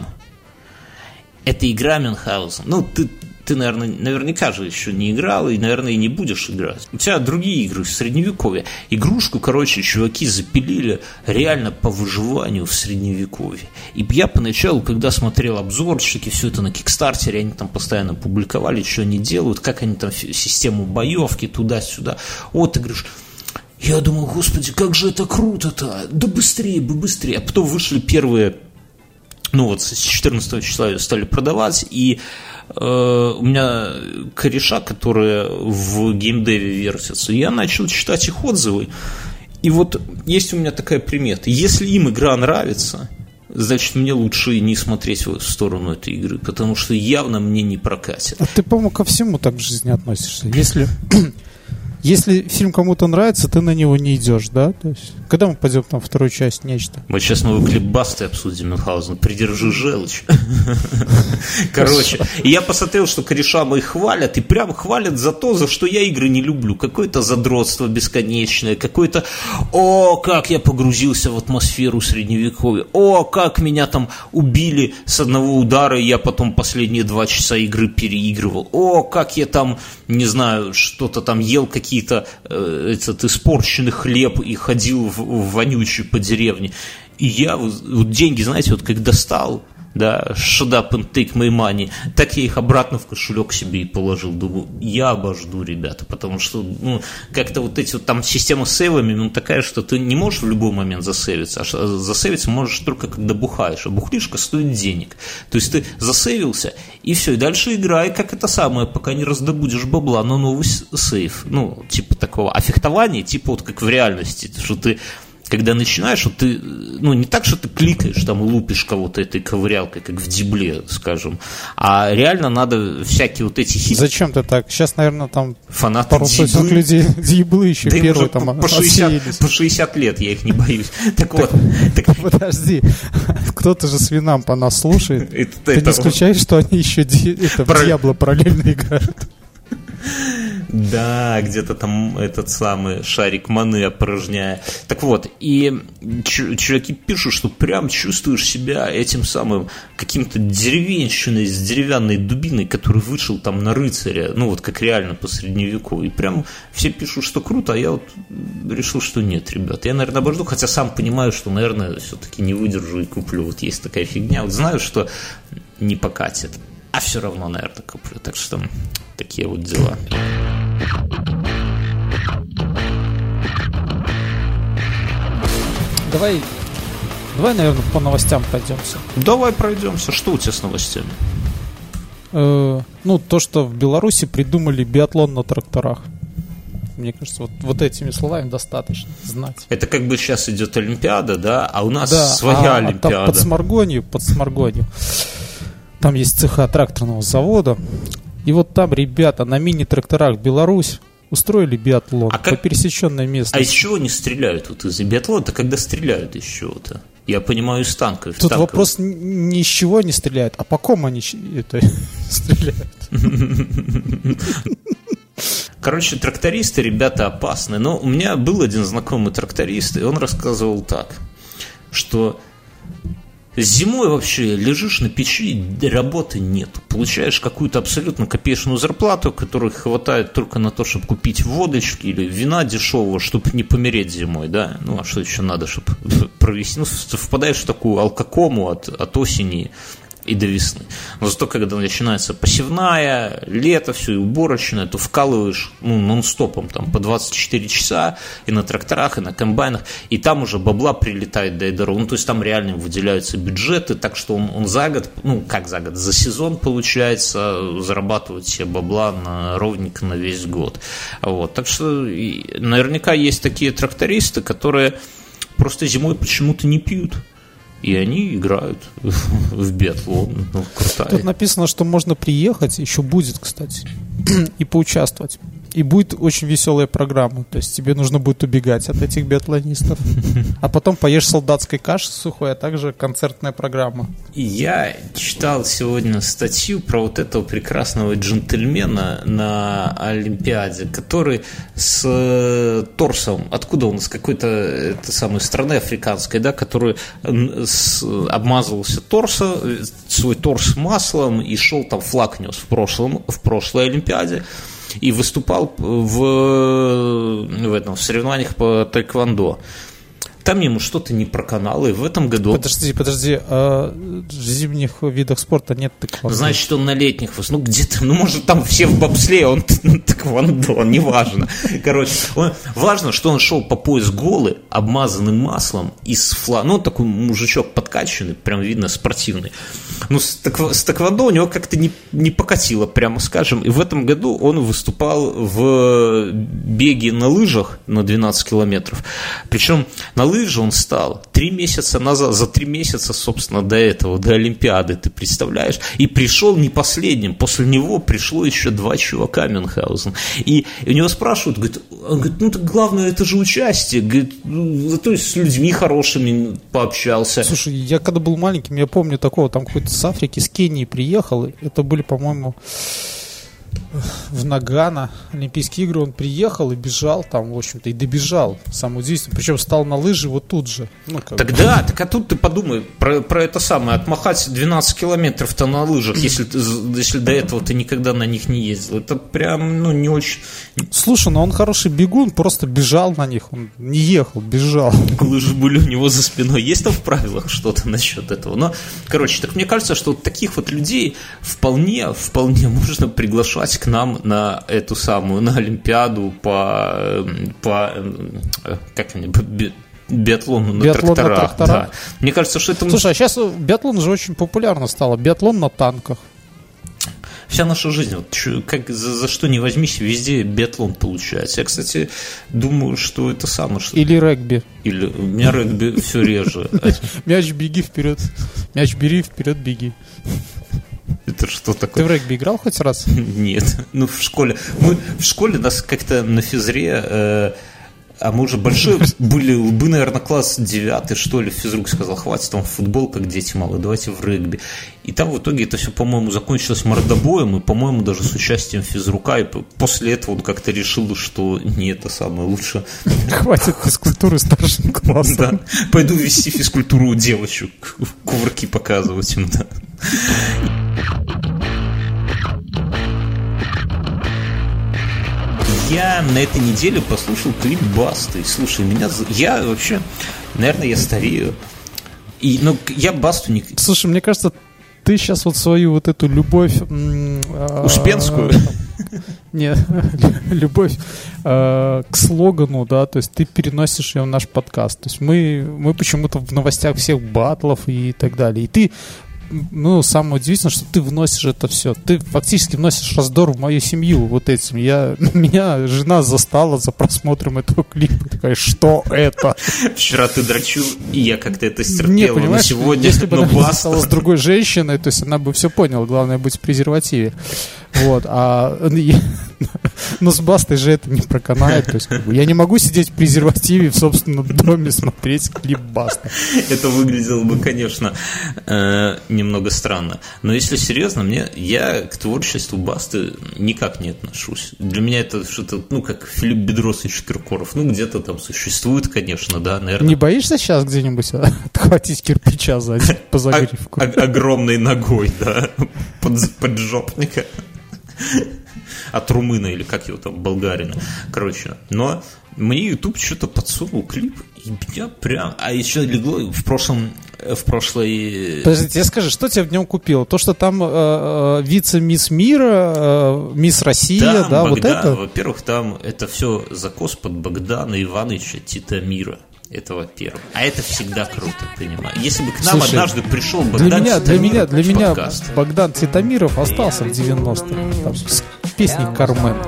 Это игра Мюнхгаузен. Ну, ты, наверное, наверняка же еще не играл и, наверное, и не будешь играть. У тебя другие игры в Средневековье. Игрушку, короче, чуваки запилили реально по выживанию в Средневековье. И я поначалу, когда смотрел обзорчики, все это на Кикстартере, они там постоянно публиковали, что они делают, как они там систему боевки туда-сюда. Вот, ты говоришь... Я думал, господи, как же это круто-то! Да быстрее, быстрее! А потом вышли первые... Ну вот, с 14 числа ее стали продавать, и у меня кореша, которые в геймдеве вертятся, я начал читать их отзывы, и вот есть у меня такая примета. Если им игра нравится, значит, мне лучше не смотреть в сторону этой игры, потому что явно мне не прокатит. А ты, по-моему, ко всему так в жизни относишься. Если фильм кому-то нравится, ты на него не идешь, да? То есть, когда мы пойдем там вторую часть «Нечто»? Мы сейчас новый клип Басты обсудим, Мюнхгаузен. Придержи желчь. Короче, и я посмотрел, что кореша мои хвалят, и прям хвалят за то, за что я игры не люблю. Какое-то задротство бесконечное, какое-то «О, как я погрузился в атмосферу Средневековья! О, как меня там убили с одного удара, и я потом последние 2 часа игры переигрывал! О, как я там, не знаю, что-то там ел, какие-то этот испорченный хлеб и ходил в вонючий по деревне». И я вот деньги, знаете, вот как достал, да, shut up and take my money, так я их обратно в кошелек себе и положил. Думаю, я обожду, ребята, потому что, ну, как-то вот эти вот там система с сейвами, ну, такая, что ты не можешь в любой момент засейвиться, а засейвиться можешь только когда бухаешь, а бухлишка стоит денег. То есть ты засейвился, и все, и дальше играй, как это самое, пока не раздобудешь бабла на новый сейв. Ну, типа такого, а фехтование, типа вот как в реальности, что ты... Когда начинаешь, вот ты, ну, не так, что ты кликаешь там и лупишь кого-то этой ковырялкой, как в Дибле, скажем, а реально надо всякие вот эти хиты. Зачем ты так? Сейчас, наверное, там фанаты пару сотен людей Диблы еще да первые там по 60 лет, я их не боюсь. Так вот. Подожди, кто-то же свинам по нас слушает. Ты не исключаешь, что они еще в Диабло параллельно играют? Да, где-то там этот самый шарик маны опорожняя. Так вот, и чуваки пишут, что прям чувствуешь себя этим самым каким-то деревенщиной с деревянной дубиной, который вышел там на рыцаря, ну вот как реально по средневеку. И прям все пишут, что круто, а я вот решил, что нет, ребят. Я, наверное, обожду, хотя сам понимаю, что, наверное, все-таки не выдержу и куплю. Вот есть такая фигня. Вот знаю, что не покатит, а все равно, наверное, куплю. Так что такие вот дела. Давай, наверное, по новостям пройдемся. Давай пройдемся. Что у тебя с новостями? Ну, то, что в Беларуси придумали биатлон на тракторах. Мне кажется, вот этими словами достаточно знать. Это как бы сейчас идет Олимпиада, да? А у нас своя Олимпиада. Под Сморгонью. Там есть цеха тракторного завода. И вот там ребята на мини-тракторах Беларусь устроили биатлон по пересеченной местности. А из чего они стреляют вот из-за биатлона-то, когда стреляют из чего-то? Я понимаю, из танков. Тут вопрос не из чего они стреляют, а по ком они стреляют. Короче, трактористы, ребята, опасны. Но у меня был один знакомый тракторист, и он рассказывал так, что зимой вообще лежишь на печи, работы нет. Получаешь какую-то абсолютно копеечную зарплату, которой хватает только на то, чтобы купить водочки или вина дешевого, чтобы не помереть зимой, да? Ну, а что еще надо, чтобы провести? Ну, впадаешь в такую алкокому от осени и до весны. Но зато, когда начинается посевная, лето, все, и уборочное, то вкалываешь нон-стопом, там, по 24 часа и на тракторах, и на комбайнах, и там уже бабла прилетает до дорог. Ну, то есть там реально выделяются бюджеты, так что он за год, за сезон, получается, зарабатывает себе бабла ровненько на весь год. Вот. Так что наверняка есть такие трактористы, которые просто зимой почему-то не пьют. И они играют в биатлон. Крутая. Тут написано, что можно приехать, еще будет, кстати, и поучаствовать. И будет очень веселая программа. То есть тебе нужно будет убегать от этих биатлонистов. А потом поешь солдатской каши сухой, а также концертная программа. Я читал сегодня статью про вот этого прекрасного джентльмена на Олимпиаде, который с торсом, откуда он, с какой-то самой страны африканской, да, который обмазывался свой торс маслом и шел там, флаг нес в прошлой Олимпиаде. И выступал в соревнованиях по тэквондо. Там ему что-то не проканало, и в этом году... Подожди, в зимних видах спорта нет тэквондо. Значит, он на летних, где-то, может, там все в бобслее, он тэквондо, неважно. Короче, важно, что он шел по пояс голый, обмазанным маслом, и с флага, такой мужичок подкачанный, прям видно, спортивный. С тэквондо у него как-то не покатило, прямо скажем, и в этом году он выступал в беге на лыжах на 12 километров, причем на лыжах он стал 3 месяца назад, за 3 месяца, собственно, до этого, до Олимпиады, ты представляешь? И пришел не последним, после него пришло еще 2 чувака, Мюнхгаузен. И у него спрашивают, говорит, так главное, это же участие. Говорит, зато с людьми хорошими пообщался. Слушай, я когда был маленьким, я помню такого, там какой-то с Африки, с Кении приехал, это были, по-моему, в Нагано Олимпийские игры, он приехал и бежал там, в общем-то, и добежал, самое удивительное, причем встал на лыжи вот тут же. Так а тут ты подумай про это самое, отмахать 12 километров-то на лыжах, если до этого ты никогда на них не ездил, это прям, не очень... Слушай, он хороший бегун, просто бежал на них, он не ехал, бежал. Лыжи были у него за спиной, есть там в правилах что-то насчет этого? Но, короче, так мне кажется, что таких вот людей вполне можно приглашать к нам на эту самую, на Олимпиаду по биатлону на тракторах. Да. Мне кажется, что это... Слушай, а сейчас биатлон же очень популярно стало. Биатлон на танках. Вся наша жизнь, как за что не возьмись, везде биатлон получается. Я, кстати, думаю, что это самое... Или регби. У меня регби все реже. Мяч беги вперед. Мяч бери вперед, беги. Это что такое? Ты в регби играл хоть раз? Нет. В школе. В школе нас как-то на физре... А мы уже большие были, наверное, класс 9, что ли, физрук сказал, хватит там футбол, как дети малые, давайте в регби. И там в итоге это все, по-моему, закончилось мордобоем, и, по-моему, даже с участием физрука, и после этого он как-то решил, что не это самое лучше. Хватит физкультуры старшим классом. Да, пойду вести физкультуру у девочек, кувырки показывать им, да. Я на этой неделе послушал клип Басты. Слушай, я вообще, наверное, я старею. Я Басту не... Слушай, мне кажется, ты сейчас вот свою вот эту любовь... Успенскую? Нет, любовь к слогану, да, то есть ты переносишь ее в наш подкаст. То есть мы почему-то в новостях всех баттлов и так далее. И ты... самое удивительное, что ты вносишь это все. Ты фактически вносишь раздор в мою семью вот этим. Меня жена застала за просмотром этого клипа. Такая, что это? Вчера ты дрочил, и я как-то это стерпела. Не, но сегодня... Если бы она застала с другой женщиной, то есть она бы все поняла. Главное быть в презервативе. Вот, но с Бастой же это не проканает. То есть, как бы, я не могу сидеть в презервативе в собственном доме смотреть клип Баста. Это выглядело бы, конечно, немного странно. Но если серьезно, я к творчеству Басты никак не отношусь. Для меня это что-то, как Филипп Бедросович Киркоров. Где-то там существует, конечно, да, наверное. Не боишься сейчас где-нибудь отхватить кирпича сзади по загривку? Огромной ногой, да, поджопника. От румына, или как его там, болгарина. Короче, но мне YouTube что-то подсунул клип, и меня прям... А еще легло в прошлой... Подожди, скажи, что тебе в нем купило? То, что там вице-мисс мира, мисс Россия, там да, Богдан, вот это? Во-первых, там это все закос под Богдана Ивановича Титомира. Это во-первых. А это всегда круто, понимаю. Если бы к нам однажды пришел Богдан Титомиров, для меня Богдан Титомиров остался в 90-х. Там, с песней «Кармен».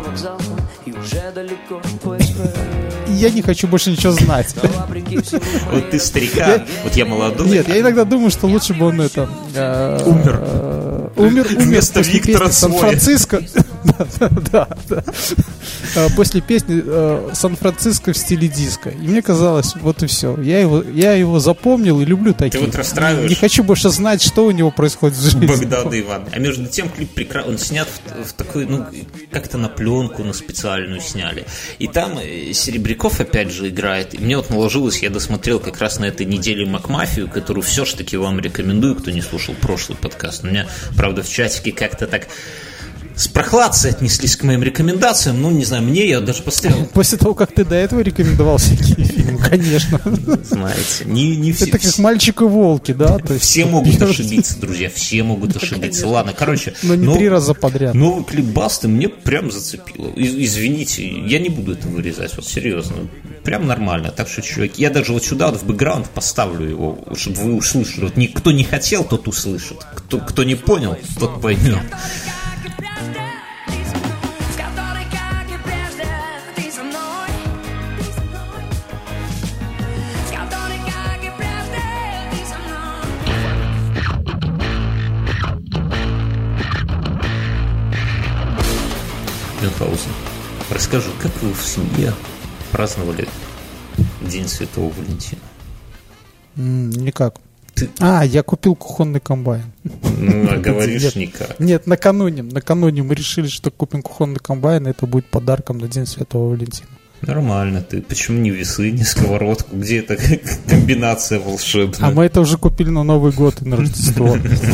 Я не хочу больше ничего знать. Вот ты старика, вот я молодой. Нет, я иногда думаю, что лучше бы он умер вместо после Виктора песни «Сан-Франциско». Да. После песни «Сан-Франциско» в стиле диско. И мне казалось, вот и все. Я его запомнил и люблю такие. Ты вот расстраиваешь. Не хочу больше знать, что у него происходит в жизни. Богдана Ивановна. А между тем клип прекрасный. Он снят в такой, как-то на пленку, на специальную сняли. И там Серебряков опять же играет. И мне вот наложилось, я досмотрел как раз на этой неделе «Макмафию», которую все-таки вам рекомендую, кто не слушал прошлый подкаст. У меня, правда, в чатике как-то так с прохладцей отнеслись к моим рекомендациям. Не знаю, я даже поставил... После того, как ты до этого рекомендовал всякие фильмы, конечно. Знаете, не все... Это как «Мальчик и волки», да? То есть все могут ошибиться, друзья, все могут ошибиться. Конечно. Ладно, короче... Но не 3 раза подряд. Новый клип Басты мне прям зацепило. Извините, я не буду это вырезать, вот серьезно. Прям нормально. Так что, чуваки, я даже вот сюда вот в бэкграунд поставлю его, чтобы вы услышали. Вот кто не хотел, тот услышит. Кто не понял, тот поймет. Мюнхгаузен, расскажи, как вы в семье праздновали День Святого Валентина? Никак. Я купил кухонный комбайн. Говоришь, никак. Нет, накануне мы решили, что купим кухонный комбайн, и это будет подарком на День Святого Валентина. Нормально ты. Почему не весы, не сковородку? Где эта комбинация волшебная? А мы это уже купили на Новый год и на Рождество.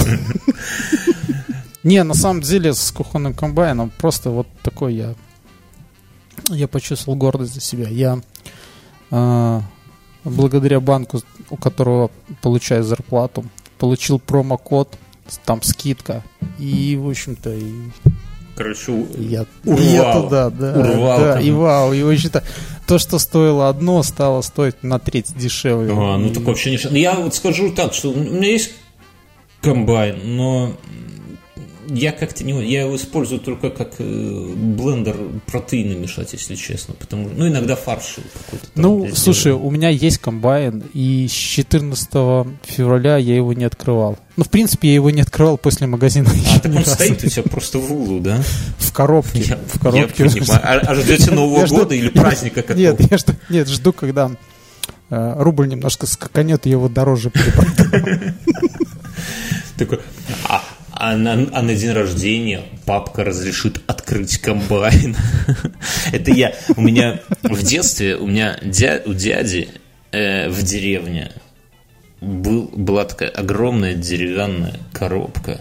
Не, на самом деле с кухонным комбайном просто вот такой я почувствовал гордость за себя. Я благодаря банку, у которого получаю зарплату, получил промокод, там скидка. И, в общем-то, короче, я урвал. Туда, урвал. Да, и вау. И, в общем-то, то, что стоило одно, стало стоить на треть дешевле. Так вообще не... Я вот скажу так, что у меня есть комбайн, но... Я как-то не... Я его использую только как блендер протеины мешать, если честно. Потому что, иногда фарш какой-то. Слушай, у меня есть комбайн, и с 14 февраля я его не открывал. В принципе, я его не открывал после магазина. Так он стоит у тебя просто в углу, да? В коробке. Я понимаю. А ждете Нового года или праздника какого-то? Нет, жду, когда рубль немножко скаканет, и его дороже перепродам. Такой... А на день рождения папка разрешит открыть комбайн. Это я. У меня в детстве, у дяди в деревне была такая огромная деревянная коробка,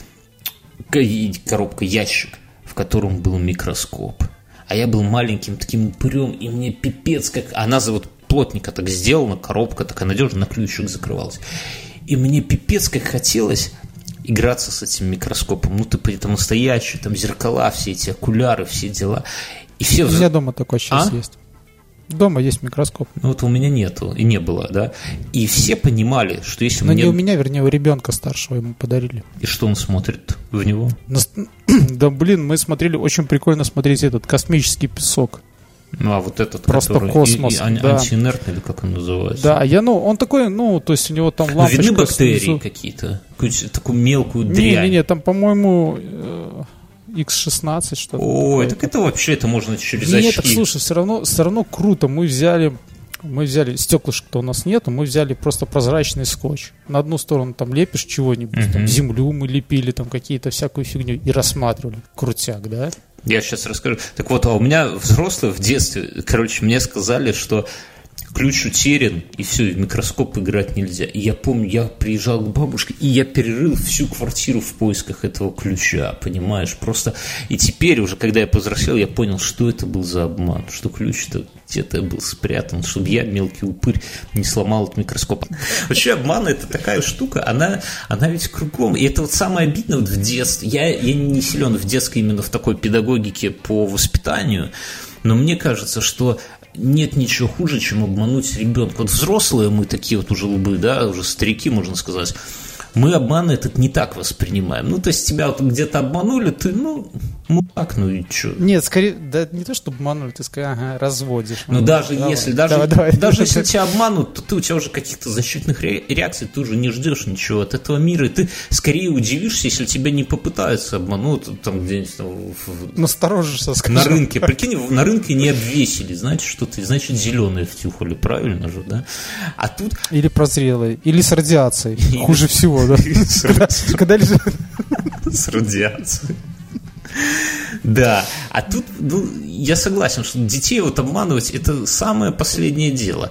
ящик, в котором был микроскоп. А я был маленьким таким упырем, и мне пипец как... Она вот плотненько так сделана, коробка такая надежная, на ключик закрывалась. И мне пипец как хотелось... играться с этим микроскопом. Это настоящие, там зеркала, все эти окуляры, все дела. И все... У меня дома такой сейчас есть. Дома есть микроскоп. У меня нету, и не было, да. И все понимали, что если не у меня, вернее, у ребенка старшего ему подарили. И что он смотрит в него? Да, мы смотрели, очень прикольно смотреть этот «Космический песок». Вот этот, просто который космос, да. Антиинертный, или как он называется? Да, он такой, то есть у него там лампочка. Видны бактерии какие-то? Какую-то такую мелкую дрянь? Не, там, по-моему, X16, что-то. Ой, так это вообще, это можно через очки. Нет, так слушай, все равно круто. Мы взяли стеклышек-то у нас нету, мы взяли просто прозрачный скотч. На одну сторону там лепишь чего-нибудь, там землю мы лепили, там какие-то всякую фигню и рассматривали. Крутяк, да? Я сейчас расскажу. Так вот, а у меня взрослые в детстве, мне сказали, что ключ утерян, и все, и в микроскоп играть нельзя. И я помню, я приезжал к бабушке, и я перерыл всю квартиру в поисках этого ключа, понимаешь? Просто, и теперь уже, когда я повзрослел, я понял, что это был за обман, что ключ-то где-то был спрятан, чтобы я, мелкий упырь, не сломал этот микроскоп. Вообще, обман – это такая штука, она ведь кругом. И это вот самое обидное вот в детстве. Я не силен в детской именно в такой педагогике по воспитанию, но мне кажется, что нет ничего хуже, чем обмануть ребенка. Вот взрослые мы такие вот уже лбы, да, уже старики, можно сказать, мы обман этот не так воспринимаем. Ну, то есть тебя вот где-то обманули, ты, мудак, ну и что? Нет, скорее, да не то, что обманули, ты скорее, разводишь. Ну, даже если тебя обманут, то у тебя уже каких-то защитных реакций, ты уже не ждешь ничего от этого мира, и ты скорее удивишься, если тебя не попытаются обмануть, там где-нибудь там, насторожишься, скажем. На рынке, прикинь, на рынке не обвесили, знаете, что ты, значит, зеленые втюхали, правильно же, да? А тут... Или прозрелые, или с радиацией, хуже всего. Да? Когда лежит... С радиацией. Да, а тут, я согласен, что детей вот обманывать – это самое последнее дело.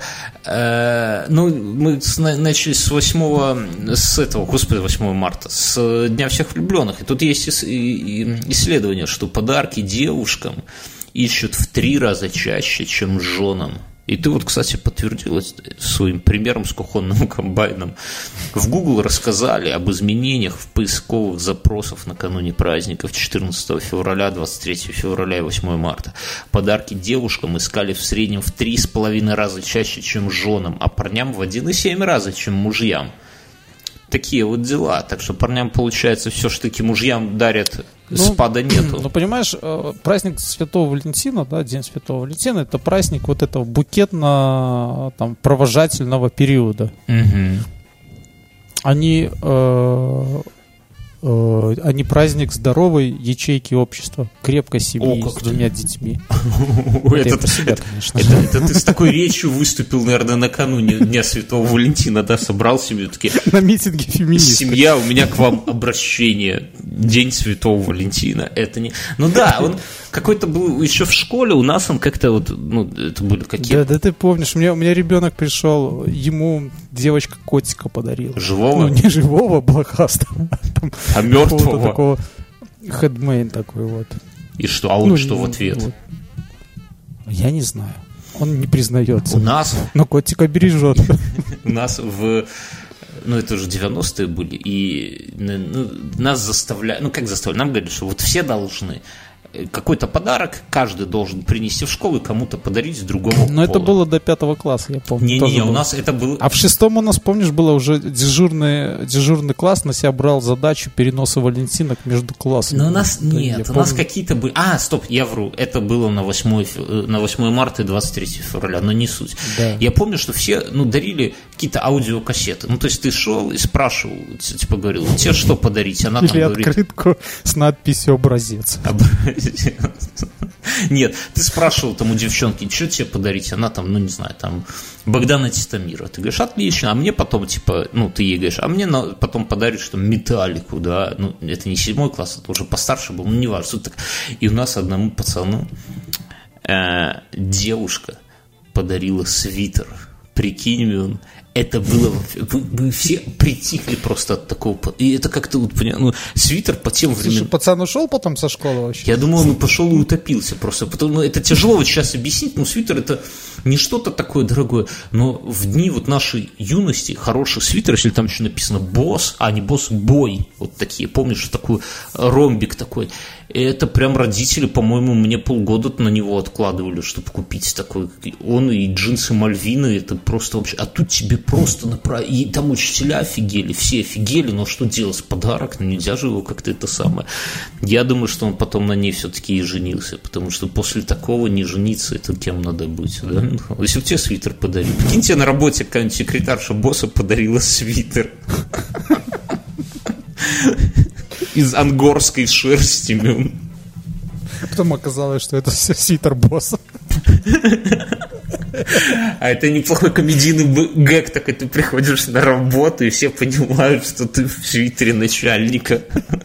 Мы начали с 8 марта, с Дня всех влюбленных. И тут есть исследование, что подарки девушкам ищут в 3 раза чаще, чем женам. И ты вот, кстати, подтвердил своим примером с кухонным комбайном. В Google рассказали об изменениях в поисковых запросах накануне праздников 14 февраля, 23 февраля и 8 марта. Подарки девушкам искали в среднем в 3,5 раза чаще, чем женам, а парням в 1,7 раза, чем мужьям. Такие вот дела. Так что парням, получается, все-таки мужьям дарят, спада нету. Ну, понимаешь, праздник Святого Валентина, да, День Святого Валентина, это праздник вот этого букетно-провожательного периода. Угу. Они праздник здоровой ячейки общества, крепкой семьи с 2 детьми. Это ты с такой речью выступил, наверное, накануне Дня Святого Валентина, да, собрал себе такие... На митинге феминистов. Семья, у меня к вам обращение. День Святого Валентина. Это не... Ну да, он какой-то был еще в школе, у нас он как-то вот, это были какие-то... Да, ты помнишь, у меня ребенок пришел, ему девочка котика подарила. Живого? Не живого, блохастого, а мертвого? Такого хедмейн такой вот. И что? А он что в ответ? Вот. Я не знаю. Он не признается. У нас... Но котика бережет. У нас это уже 90-е были, и нас заставляли, как заставляли, нам говорили, что вот все должны какой-то подарок, каждый должен принести в школу и кому-то подарить другому пола. Но это было до 5 класса, я помню. Не-не-не, у нас это было... А в 6 у нас, помнишь, было уже дежурный класс на себя брал задачу переноса валентинок между классами. Но у нас нет, у нас какие-то были... Стоп, я вру, это было на 8 марта и 23 февраля, но не суть. Да. Я помню, что все дарили какие-то аудиокассеты. То есть ты шел и спрашивал, типа говорил, тебе что подарить? Она или открытку с надписью «Образец». Нет, ты спрашивал там у девчонки, что тебе подарить? Она там, не знаю, там Богдана Титамира. Ты говоришь, отлично, а мне потом, ты ей говоришь, а мне потом подаришь там Металлику, да, это не 7 класс, это уже постарше был, не важно. И у нас одному пацану девушка подарила свитер. Прикинь, он. Это было... Мы все притихли просто от такого... И это как-то, свитер по тем временам... Слушай, пацан ушел потом со школы вообще? Я думаю, он пошел и утопился просто. Потому это тяжело вот сейчас объяснить, свитер это не что-то такое дорогое, но в дни вот нашей юности хороший свитер, если там еще написано «босс», не «босс», «бой», вот такие, помнишь, такой ромбик такой. Это прям родители, по-моему, мне полгода на него откладывали, чтобы купить такой. Он и джинсы Мальвины, это просто вообще... А тут тебе просто и там учителя офигели, все офигели, но что делать? Подарок, нельзя же его как-то это самое. Я думаю, что он потом на ней все-таки и женился, потому что после такого не жениться, это кем надо быть, да? Если бы тебе свитер подарили. Прикинь, тебе на работе какая-нибудь секретарша босса подарила свитер. Из ангорской шерсти. Потом оказалось, что это свитер босса. А это неплохой комедийный гэг, так и ты приходишь на работу, и все понимают, что ты в свитере начальника.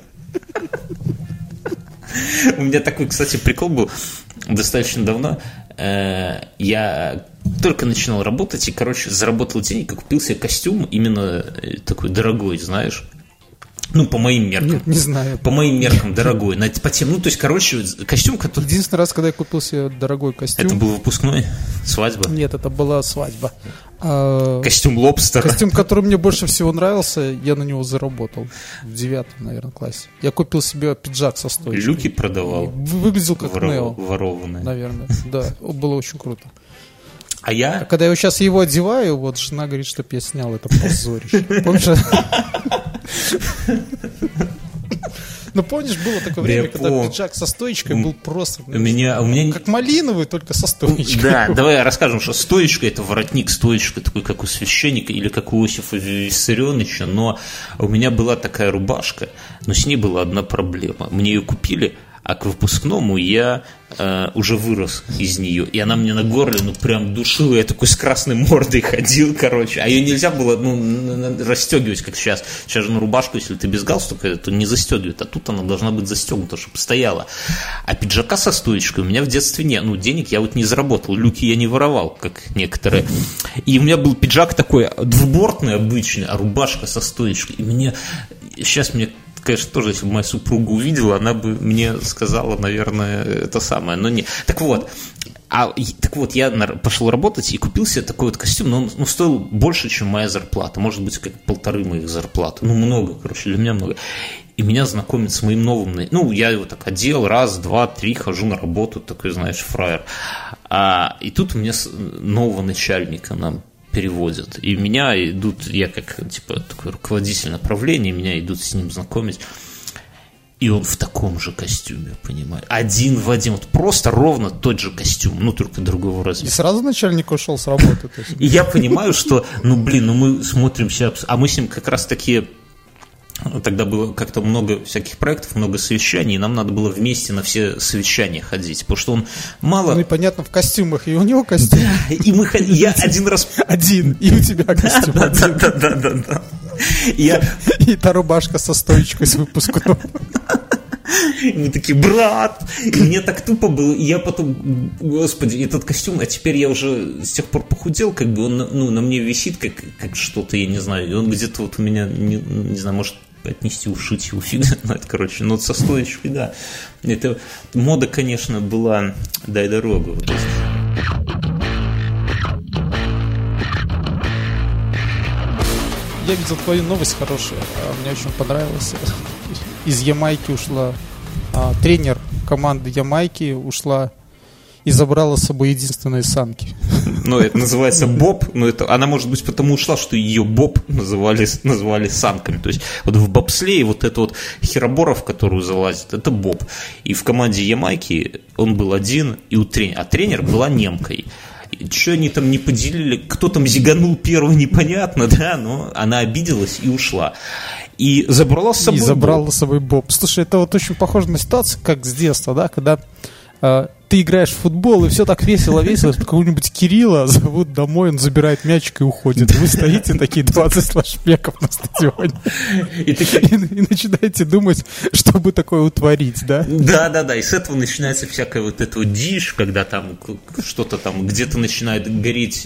У меня такой, кстати, прикол был достаточно давно. Я только начинал работать и, заработал денег и купил себе костюм именно такой дорогой, знаешь. Ну, по моим меркам. Нет, не знаю. По моим меркам дорогой. По тем, то есть, костюм, который... Единственный раз, когда я купил себе дорогой костюм... Это был выпускной? Свадьба? Нет, это была свадьба. Костюм лобстера. Костюм, который мне больше всего нравился, я на него заработал. В 9, наверное, классе. Я купил себе пиджак со стоечкой. Люки продавал? Выглядел как Нео. Ворованный. Наверное, да. Было очень круто. А когда я сейчас его одеваю, вот жена говорит, чтоб я снял это позорище. Помнишь? Ну, помнишь, было такое время, когда пиджак со стоечкой был просто как малиновый, только со стоечкой. Да, давай расскажем, что стоечка — это воротник, стоечка такой, как у священника или как у Иосифа Виссарионовича, но у меня была такая рубашка, но с ней была одна проблема. Мне ее купили, а к выпускному я уже вырос из нее. И она мне на горле, прям душила. Я такой с красной мордой ходил, А ее нельзя было, расстегивать, как сейчас. Сейчас же на рубашку, если ты без галстука, то не застегивают. А тут она должна быть застегнута, чтобы стояла. А пиджака со стоечкой у меня в детстве нет. Денег я не заработал. Люки я не воровал, как некоторые. И у меня был пиджак такой двубортный обычный, а рубашка со стоечкой. И сейчас мне... Конечно, тоже, если бы моя супруга увидела, она бы мне сказала, наверное, это самое, но не. Так вот, я пошел работать и купил себе такой вот костюм, но он стоил больше, чем моя зарплата, может быть, как 1,5 моих зарплаты, много, для меня много. И меня знакомят с моим новым, я его так одел, 1, 2, 3, хожу на работу, такой, знаешь, фраер. И тут у меня нового начальника нам переводят. И меня идут, я как такой руководитель направления, меня идут с ним знакомить. И он в таком же костюме, понимаешь? Один в один, просто ровно тот же костюм, только другого размера. И сразу начальник ушел с работы. И я понимаю, что, мы смотрим сейчас, а мы с ним как раз таки... Тогда было как-то много всяких проектов, много совещаний, и нам надо было вместе на все совещания ходить, потому что он мало... Ну и понятно, в костюмах, и у него костюм. Да, и я один раз... Один, и у тебя костюм один. Да. И та рубашка со стоечкой с выпуском. И мы такие, брат! И мне так тупо было. И я потом, господи, этот костюм, а теперь я уже с тех пор похудел, он на мне висит, как что-то, я не знаю. И он где-то у меня, не знаю, может отнести, ушить его, фиг знает, но со стоечкой, да. Это мода, конечно, была, дай дорогу. Я видел твою новость хорошую, мне очень понравилось. Из Ямайки ушла тренер команды Ямайки ушла и забрала с собой единственные санки. Это называется боб, она, может быть, потому ушла, что ее боб называли санками. То есть в бобслее этот хероборов, в которую залазит, это боб. И в команде Ямайки он был один, а тренер была немкой. Что они там не поделили, кто там зиганул первый, непонятно, да, но она обиделась и ушла. И забрала с собой боб. Слушай, это очень похоже на ситуацию, как с детства, да, когда ты играешь в футбол, и все так весело, какого-нибудь Кирилла зовут домой, он забирает мячик и уходит. Вы стоите такие 20 флешбеков на стадионе и начинаете думать, что бы такое утворить, да? Да, и с этого начинается всякая дичь, когда там что-то там, где-то начинает гореть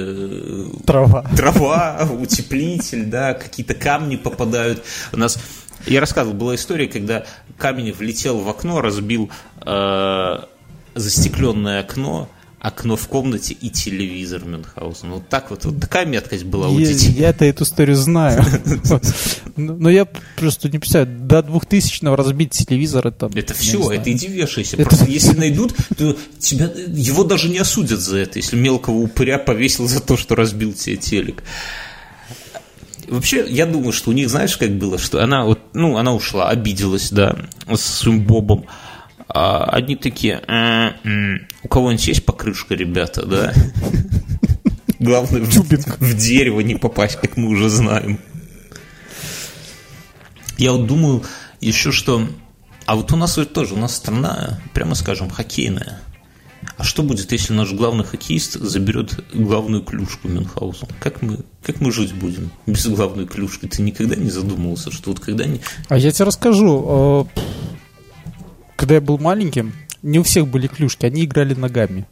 трава, утеплитель, да, какие-то камни попадают. Я рассказывал, была история, когда камень влетел в окно, разбил застекленное окно в комнате и телевизор Мюнхгаузена. Такая меткость была у детей. Я-то эту историю знаю. Но я просто не представляю, до 2000-го разбить телевизор это все, это иди вешайся. Просто если найдут, то его даже не осудят за это, если мелкого упыря повесил за то, что разбил тебе телек. Вообще, я думаю, что у них, знаешь, как было, что она ушла, обиделась, да, с своим бобом. А одни такие, у кого-нибудь есть покрышка, ребята, да? Главное, в дерево не попасть, как мы уже знаем. Я думаю еще, что... А вот у нас тоже, у нас страна, прямо скажем, хоккейная. А что будет, если наш главный хоккеист заберет главную клюшку Мюнхгаузен? Как мы жить будем без главной клюшки? Ты никогда не задумывался, что вот когда... А я тебе расскажу. Когда я был маленьким, не у всех были клюшки, они играли ногами.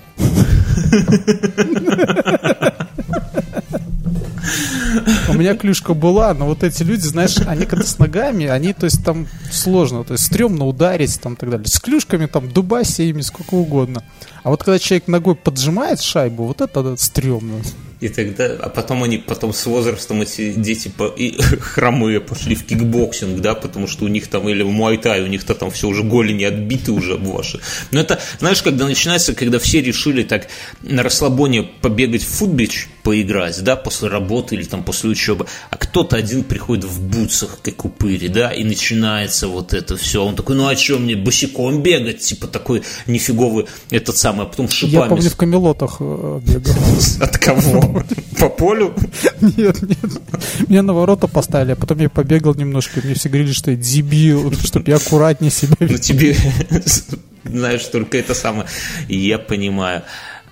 У меня клюшка была, но вот эти люди, знаешь, они когда с ногами, они, то есть там сложно, то есть стрёмно ударить там и так далее. С клюшками там дубайся ими сколько угодно. А вот когда человек ногой поджимает шайбу, вот это стрёмно. И тогда, а потом с возрастом эти дети хромые пошли в кикбоксинг, да, потому что у них там, или в муай-тай, у них-то там все уже голени отбиты уже ваши. Но это, знаешь, когда начинается, когда все решили так на расслабоне побегать в футбич, поиграть, да, после работы или там после учебы, а кто-то один приходит в бутсах, как упыри, да, и начинается вот это все. Он такой, ну а что мне босиком бегать, типа такой нифиговый этот самый, а потом шипами. Я помню, в камелотах бегал. От кого? По полю? Нет. Меня на ворота поставили, а потом я побегал немножко, и мне все говорили, что я дебил, чтобы я аккуратнее себя вел. Ну тебе, знаешь, только это самое, я понимаю.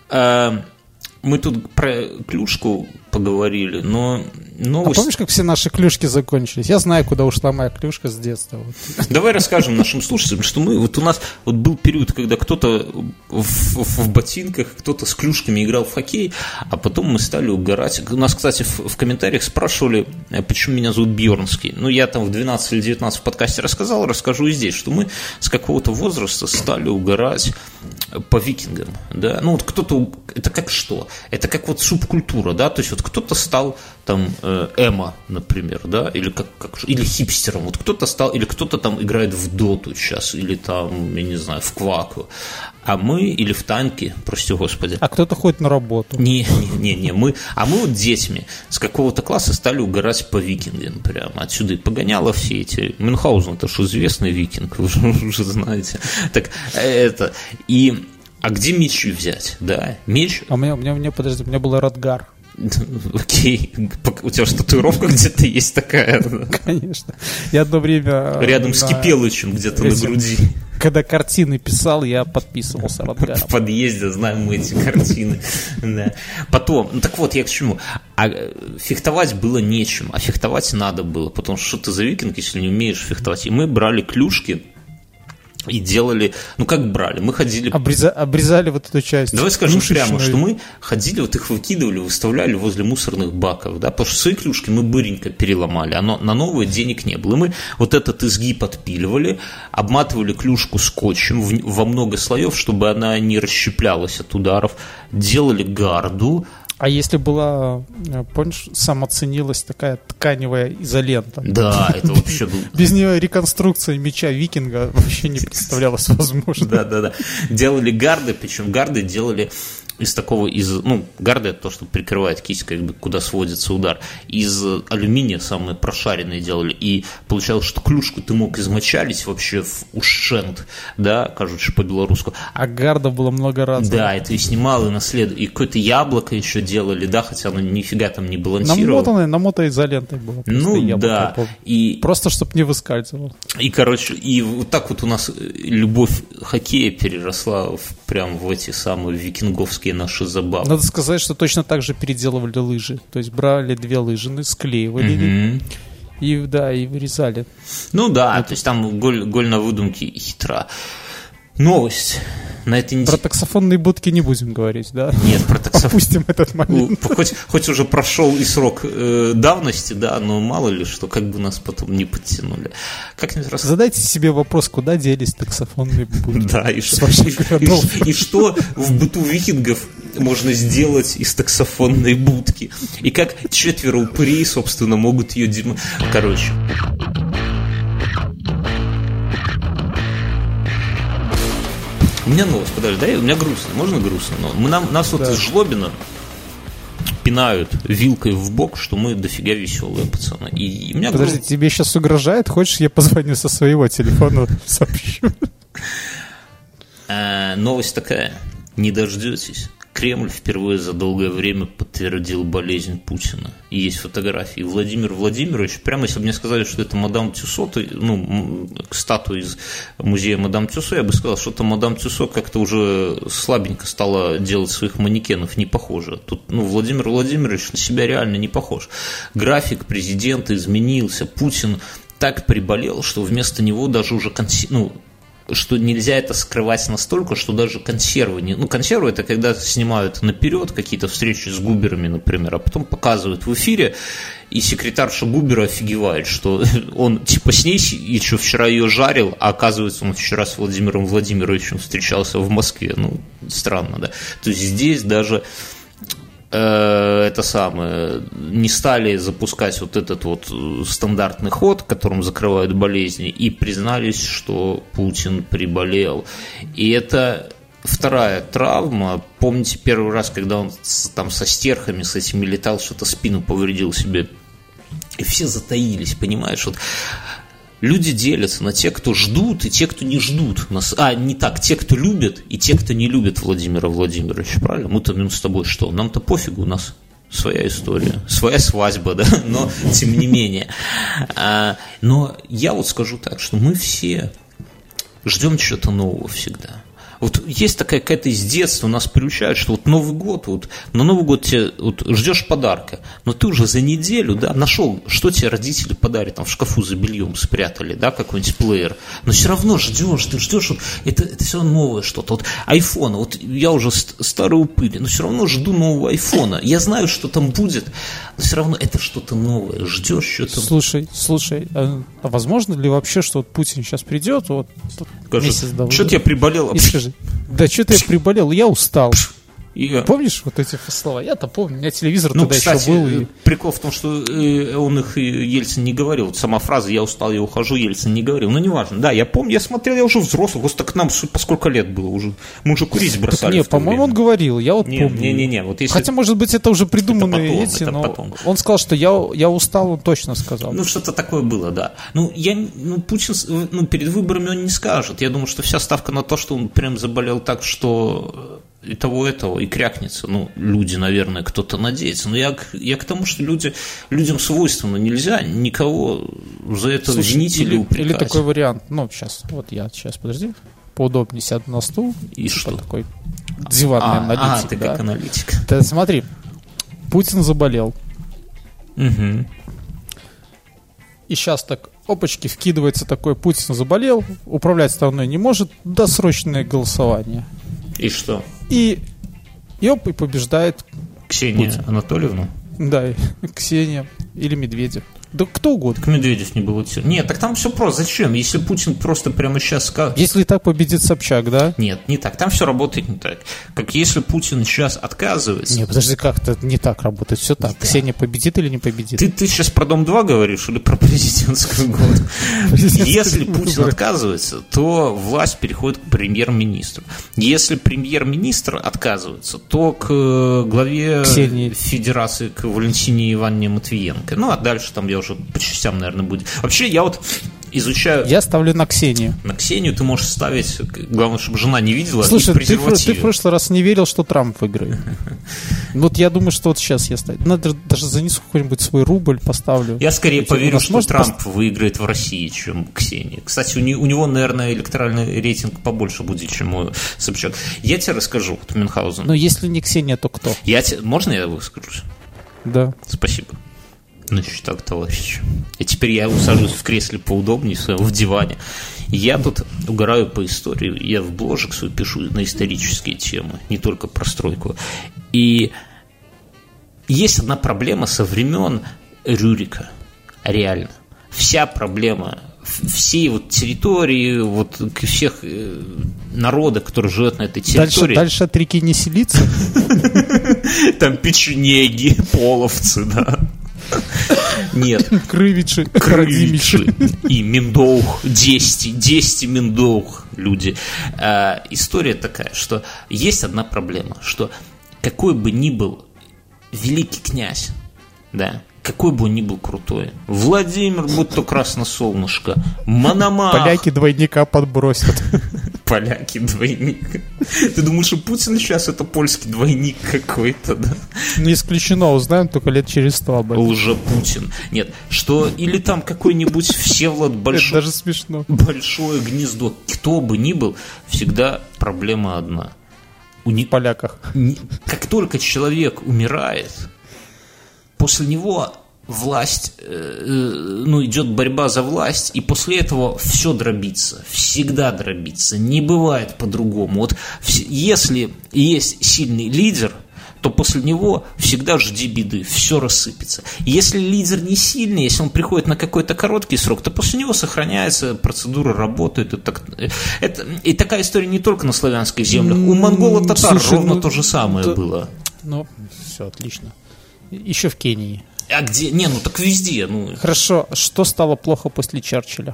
Мы тут про клюшку поговорили, но новость... А помнишь, как все наши клюшки закончились? Я знаю, куда ушла моя клюшка с детства. Давай расскажем нашим слушателям, что у нас был период, когда кто-то в ботинках, кто-то с клюшками играл в хоккей, а потом мы стали угорать. У нас, кстати, в комментариях спрашивали, почему меня зовут Бьернский. Ну, я там в 12 или 19 в подкасте расскажу и здесь, что мы с какого-то возраста стали угорать по викингам, да, ну вот кто-то, это как что? Это как вот субкультура, да, то есть вот кто-то стал там эмо, например, да, или или хипстером, вот кто-то стал, или кто-то там играет в доту сейчас, или там, я не знаю, в кваку, а мы, или в танки, прости господи. А кто-то ходит на работу. Мы вот детьми с какого-то класса стали угорать по викингам прямо, отсюда и погоняло все эти, Мюнхгаузен, это же известный викинг, вы уже знаете, так это, а где мечи взять, да, меч? А у меня был Радгар. Окей. У тебя же татуировка где-то есть такая? Конечно. Я одно время... Рядом с Кипелычем где-то на груди. Когда картины писал, я подписывался Радгаром. В подъезде знаем мы эти картины. Да. Потом, так вот, я к чему? А фехтовать было нечем, а фехтовать надо было, потому что ты за викинг, если не умеешь фехтовать. И мы брали клюшки и делали, ну как брали, мы ходили... Обрезали вот эту часть. Давай скажем прямо, что мы ходили, вот их выкидывали, выставляли возле мусорных баков, да, потому что свои клюшки мы быренько переломали, а на новые денег не было. И мы вот этот изгиб отпиливали, обматывали клюшку скотчем во много слоев, чтобы она не расщеплялась от ударов, делали гарду. А если была, помнишь, самоценилась такая тканевая изолента? Да, это вообще... Без нее реконструкция меча викинга вообще не представлялась возможной. Да. Делали гарды, причем гарды делали из такого, гарды это то, что прикрывает кисть, как бы, куда сводится удар. Из алюминия самые прошаренные делали. И получалось, что клюшку ты мог измочалить вообще в ушент, да, кажется, по-белорусски. А гардов было много раз. Да, это и снимал, и наследовал. И какое-то яблоко еще делали, да, хотя оно нифига там не балансировало. Намотанной изолентой было. Да. Просто, чтобы не выскальзывало. И, и вот так вот у нас любовь хоккея переросла прям в эти самые викинговские наши забавы. Надо сказать, что точно так же переделывали лыжи. То есть брали две лыжины, склеивали и вырезали. Ну да, то есть там голь на выдумке хитра. Новость. На этой неделе... Про таксофонные будки не будем говорить, да? Нет, про таксофон... Опустим этот момент. Хоть уже прошел и срок давности, да, но мало ли, что как бы нас потом не подтянули. Задайте себе вопрос, куда делись таксофонные будки? Да, и что в быту викингов можно сделать из таксофонной будки? И как 4 упырей, собственно, могут ее... Короче... У меня новость, подожди, у меня грустно, можно грустно, но нас вот из Жлобина пинают вилкой в бок, что мы дофига веселые пацаны. И у меня подожди, тебе сейчас угрожает? Хочешь, я позвоню со своего телефона, сообщу? Новость такая, не дождетесь. Кремль впервые за долгое время подтвердил болезнь Путина. И есть фотографии. Владимир Владимирович, прямо если бы мне сказали, что это мадам Тюссо, статуя из музея мадам Тюссо, я бы сказал, что это мадам Тюссо как-то уже слабенько стала делать своих манекенов, не похоже. Тут, Владимир Владимирович на себя реально не похож. График президента изменился. Путин так приболел, что вместо него даже уже что нельзя это скрывать настолько, что даже консервы не... консервы — это когда снимают наперед какие-то встречи с Губерами, например, а потом показывают в эфире, и секретарша Губера офигевает, что он с ней еще вчера ее жарил, а оказывается, он вчера с Владимиром Владимировичем встречался в Москве. Странно, да? То есть здесь даже... не стали запускать вот этот вот стандартный ход, которым закрывают болезни, и признались, что Путин приболел. И это вторая травма. Помните, первый раз, когда он там со стерхами, с этими летал, что-то спину повредил себе, и все затаились, понимаешь? Вот люди делятся на тех, кто ждут, и те, кто не ждут. Те, кто любят, и те, кто не любит Владимира Владимировича, правильно? Мы-то с тобой что? Нам-то пофигу, у нас своя история, своя свадьба, да, но тем не менее. Но я вот скажу так, что мы все ждем чего-то нового всегда. Вот есть такая какая-то из детства, нас приучают, что вот Новый год, на Новый год тебе ждешь подарка, но ты уже за неделю, да, нашел, что тебе родители подарят, там в шкафу за бельем спрятали, да, какой-нибудь плеер, но все равно ждешь, это все новое что-то, айфона, я уже старый упырь, но все равно жду нового айфона, я знаю, что там будет, но все равно это что-то новое, ждешь что-то. Слушай, а возможно ли вообще, что Путин сейчас придет, что-то я приболел, и скажи, да что-то я приболел, я устал. Помнишь вот эти слова? Я-то помню, у меня телевизор тогда кстати, еще был. И... Прикол в том, что он их, Ельцин, не говорил. Вот сама фраза «я устал, я ухожу», Ельцин не говорил. Но неважно. Да, я помню, я смотрел, я уже взрослый. Просто к нам по сколько лет было уже. Мы уже курить бросали. Нет, по-моему, он говорил, я помню. Не. Вот если... Хотя, может быть, это уже придуманные но потом. Он сказал, что я устал, он точно сказал. Что-то такое было, да. Путин, перед выборами он не скажет. Я думаю, что вся ставка на то, что он прям заболел так, что... и того, и крякнется. Люди, наверное, кто-то надеется. Но я к тому, что людям свойственно. Нельзя никого за это винить или упрекать. Или такой вариант. Подожди. Поудобнее сяду на стул. И что? Такой диванный аналитик. Ты как аналитик. Ты смотри. Путин заболел. Угу. И сейчас так, опачки, вкидывается такой: Путин заболел, управлять страной не может, досрочное голосование. И что? И побеждает Ксения Путин. Анатольевна? Да, Ксения или Медведев. Да кто угодно. Медведев не был. Нет, так там все просто. Зачем? Если Путин просто прямо сейчас скажет... Если так победит Собчак, да? Нет, не так. Там все работает не так. Как если Путин сейчас отказывается... Нет, подожди, как-то не так работает. Все так. Да. Ксения победит или не победит? Ты сейчас про Дом-2 говоришь или про президентскую год? Если Путин отказывается, то власть переходит к премьер-министру. Если премьер-министр отказывается, то к главе Федерации, к Валентине Ивановне Матвиенко. А дальше там я уже по частям, наверное, будет. Вообще, я изучаю... Я ставлю на Ксению. На Ксению ты можешь ставить, главное, чтобы жена не видела. Слушай, ты в прошлый раз не верил, что Трамп выиграет. Я думаю, что сейчас я ставлю. Надо даже занесу какой-нибудь свой рубль, поставлю. Я скорее поверю, что Трамп выиграет в России, чем Ксения. Кстати, у него, наверное, электоральный рейтинг побольше будет, чем у Собчак. Я тебе расскажу, Мюнхгаузен. Но если не Ксения, то кто? Можно я выскажусь? Да. Спасибо. Так, товарищ. И теперь я усажусь в кресле поудобнее, в диване. Я тут угораю по истории. Я в бложик свой пишу на исторические темы, не только про стройку. И есть одна проблема со времен Рюрика. Реально. Вся проблема, всей территории, всех народа, который живет на этой территории. Дальше от реки не селится? Там печенеги, половцы, да. Нет. Крывичи. И Миндоух, 10 Миндоух люди. История такая, что есть одна проблема, что какой бы ни был великий князь, да, какой бы он ни был крутой, Владимир, будь то Красносолнышко, Мономах. Поляки двойника подбросят. Поляки двойника. Ты думаешь, что Путин сейчас это польский двойник какой-то, да? Не исключено, узнаем только лет через 100 об этом. Лже-Путин. Нет, что или там какой-нибудь Всеволод Это даже смешно. Большое гнездо. Кто бы ни был, всегда проблема одна. В поляках. Как только человек умирает, после него власть, идет борьба за власть, и после этого все дробится, всегда дробится, не бывает по-другому. Вот если есть сильный лидер, то после него всегда жди беды, все рассыпется. Если лидер не сильный, если он приходит на какой-то короткий срок, то после него сохраняется, процедура работает. И такая история не только на славянских землях. У монголо-татар ровно то же самое было. Все, отлично. Еще в Кении. А где? Так везде. Хорошо, что стало плохо после Черчилля?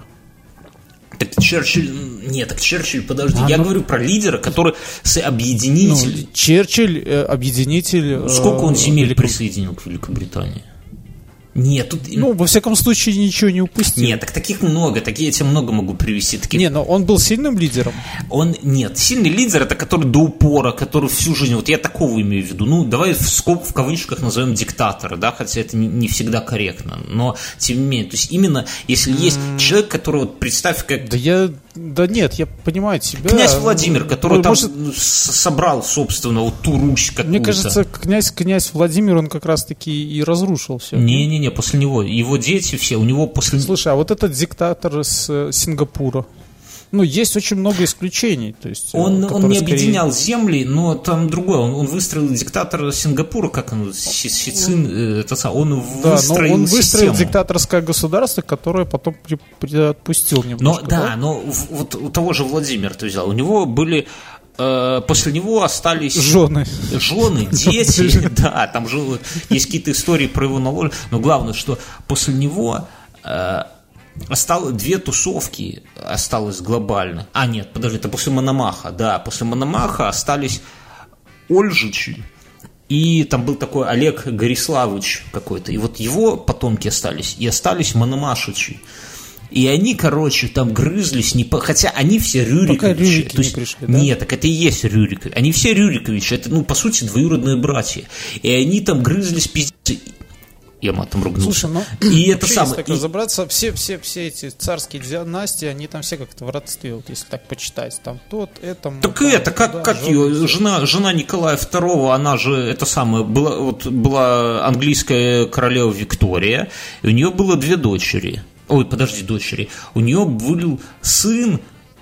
Так Черчилль, подожди, я говорю про лидера, который объединитель. Черчилль, объединитель. Сколько он земель присоединил к Великобритании? Нет, тут... во всяком случае, ничего не упустил. Нет, так таких много, я тебе много могу привести. Но он был сильным лидером? Нет, сильный лидер, это который до упора, который всю жизнь, я такого имею в виду, давай в кавычках назовем диктатора, да, хотя это не всегда корректно, но тем не менее, то есть именно, если есть человек, который, представь, как... Нет, я понимаю тебя. Князь Владимир, который собрал, собственно, ту Русь какую-то. Мне кажется, князь Владимир, он как раз-таки и разрушил все. Не, после него. Его дети все, у него после... Слушай, а вот этот диктатор из Сингапура, есть очень много исключений. То есть, он не объединял земли, но там другое. Он выстроил диктатора Сингапура, как он, Сицин, он выстроил систему. Диктаторское государство, которое потом отпустил немножко. Но вот у того же Владимира ты взял, у него были... После него остались жены, дети, да, там же есть какие-то истории про его наложение, но главное, что после него осталось 2 тусовки, осталось глобально. Нет, подожди, это после Мономаха, да, после Мономаха остались Ольжичи, и там был такой Олег Гориславович какой-то, и вот его потомки остались, и остались Мономашичи. И они, там грызлись, хотя они все Рюриковичи. Пока Рюрики не пришли, да? Нет, так это и есть Рюриковичи. Они все Рюриковичи, это, по сути, двоюродные братья. И они там грызлись, пиздец. Я матом ругнулся. Слушай, и это самое. Если разобраться, все эти царские династии, они там все как-то в родстве, если так почитать. Там тот, этому. Так там, это, как ее, жена Николая II, она же, это самое, была английская королева Виктория, и у нее было 2 дочери. Дочери. У нее был сын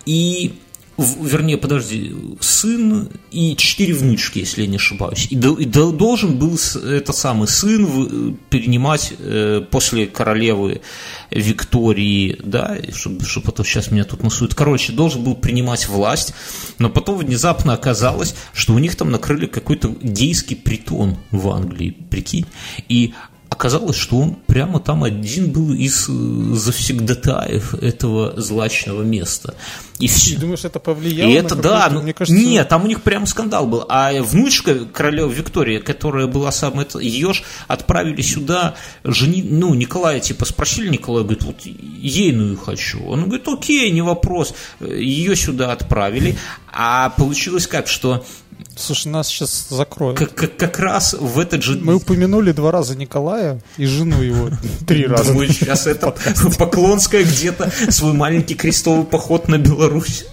сын и 4 внучки, если я не ошибаюсь. И должен был этот самый сын перенимать после королевы Виктории, да, чтобы потом сейчас меня тут насуют. Должен был принимать власть, но потом внезапно оказалось, что у них там накрыли какой-то гейский притон в Англии, прикинь, и оказалось, что он прямо там один был из завсегдатаев этого злачного места. И все. Ты думаешь, это повлияло? И это, да, мне кажется... Нет, там у них прям скандал был. А внучка королевы Виктории, которая была ее ж отправили сюда, Николая, спросили Николая, говорит, вот ейную хочу. Он говорит, окей, не вопрос. Ее сюда отправили. А получилось как, что... Слушай, нас сейчас закроют. Как раз в этот же... Мы упомянули 2 раза Николая и жену его 3 раза. Думаю, сейчас это Поклонская где-то свой маленький крестовый поход на Беларусь.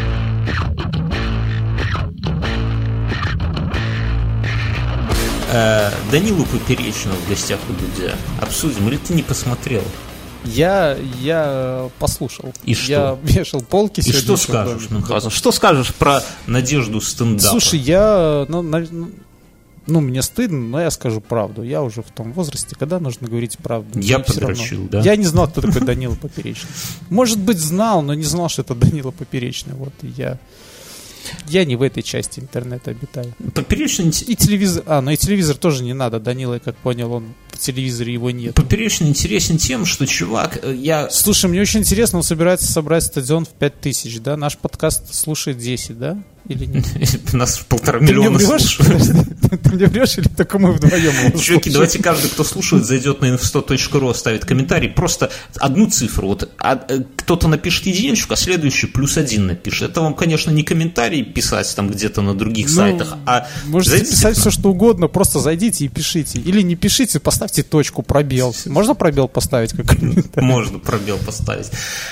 Данилу Поперечного в гостях у Дудя обсудим, или ты не посмотрел? Я послушал. И что? Я вешал полки сегодня. И что скажешь, Мюнхгаузен? Что скажешь про надежду стендапа? Слушай, мне стыдно, но я скажу правду. Я уже в том возрасте, когда нужно говорить правду. Я подрочил, да? Я не знал, кто такой Данила Поперечный. Может быть, знал, но не знал, что это Данила Поперечный. Вот и я не в этой части интернета обитаю. Поперечный... И телевизор... и телевизор тоже не надо. Данила, я как понял, он в телевизоре его нет. Поперечный интересен тем, что чувак... Слушай, мне очень интересно, он собирается собрать стадион в 5000, да? Наш подкаст слушает 10, да? или нет? Нас 1,5 миллиона слушают. Ты мне врешь или только мы вдвоем? Чуваки, давайте каждый, кто слушает, зайдет на info100.ru, оставит комментарий, просто одну цифру. Вот кто-то напишет единичку, а следующий +1 напишет. Это вам, конечно, не комментарий писать там где-то на других сайтах, а... Можете писать все, что угодно, просто зайдите и пишите. Или не пишите, поставьте точку, пробел. Можно пробел поставить как комментарий? Можно пробел поставить.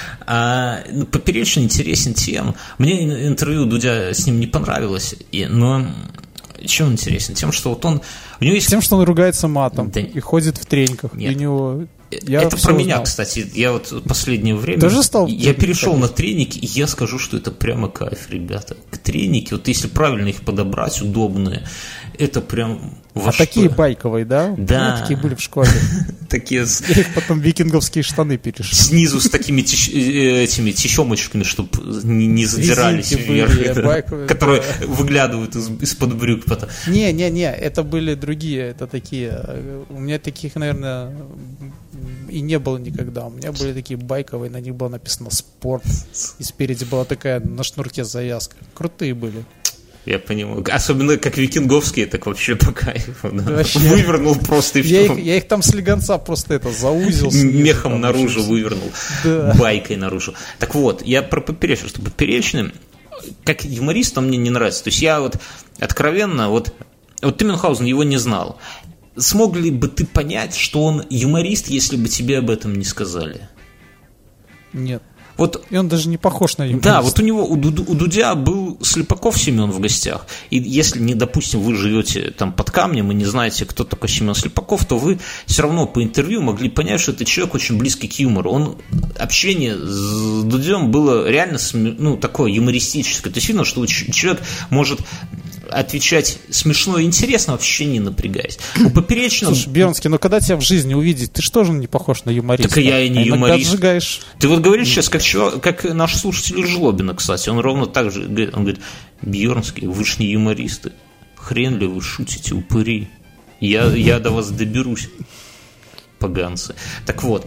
Поперечный интересен тем. Мне интервью Дудя с ним не понравилось, но чем он интересен? Тем, что вот он... У него есть... Тем, что он ругается матом и ходит в треньках. Нет. У него... Это про меня, кстати. Я вот в последнее время... Тоже стал... Я перешел на треники, и я скажу, что это прямо кайф, ребята. Треники, вот если правильно их подобрать, удобные, это прям... такие байковые, да? Да. Такие были в школе. Такие... Я их потом викинговские штаны перешел. Снизу с такими этими тещемочками, чтобы не задирались вверх, которые выглядывают из-под брюк потом. Не, это были другие, это такие... У меня таких, наверное, и не было никогда. У меня были такие байковые, на них было написано «Спорт». И спереди была такая на шнурке завязка. Крутые были. Я понимаю. Особенно как викинговские, так вообще по кайфу. Да. Вывернул просто и все. Я их там с легонца просто заузил. Мехом наружу вывернул. Да. Байкой наружу. Так вот, я про поперечный, что поперечный, как юморист, он мне не нравится. То есть я вот откровенно, вот ты, Мюнхгаузен, его не знал. Смог ли бы ты понять, что он юморист, если бы тебе об этом не сказали? Нет. Вот, и он даже не похож на юмориста. Да, вот у него, у Дудя был Слепаков Семен в гостях. И если, допустим, вы живете там под камнем и не знаете, кто такой Семен Слепаков, то вы все равно по интервью могли понять, что это человек очень близкий к юмору. Общение с Дудем было реально такое юмористическое. То есть видно, что человек может отвечать смешно и интересно, вообще не напрягаясь. У Поперечного... Слушай, Бернский, но когда тебя в жизни увидеть, ты что же не похож на юмориста? Так я и не юморист. Отжигаешь. Ты вот говоришь сейчас, как наш слушатель Жлобина, кстати, он ровно так же говорит, он говорит: Бьернский, вы ж не юмористы, хрен ли вы шутите, упыри, я до вас доберусь, поганцы. Так вот,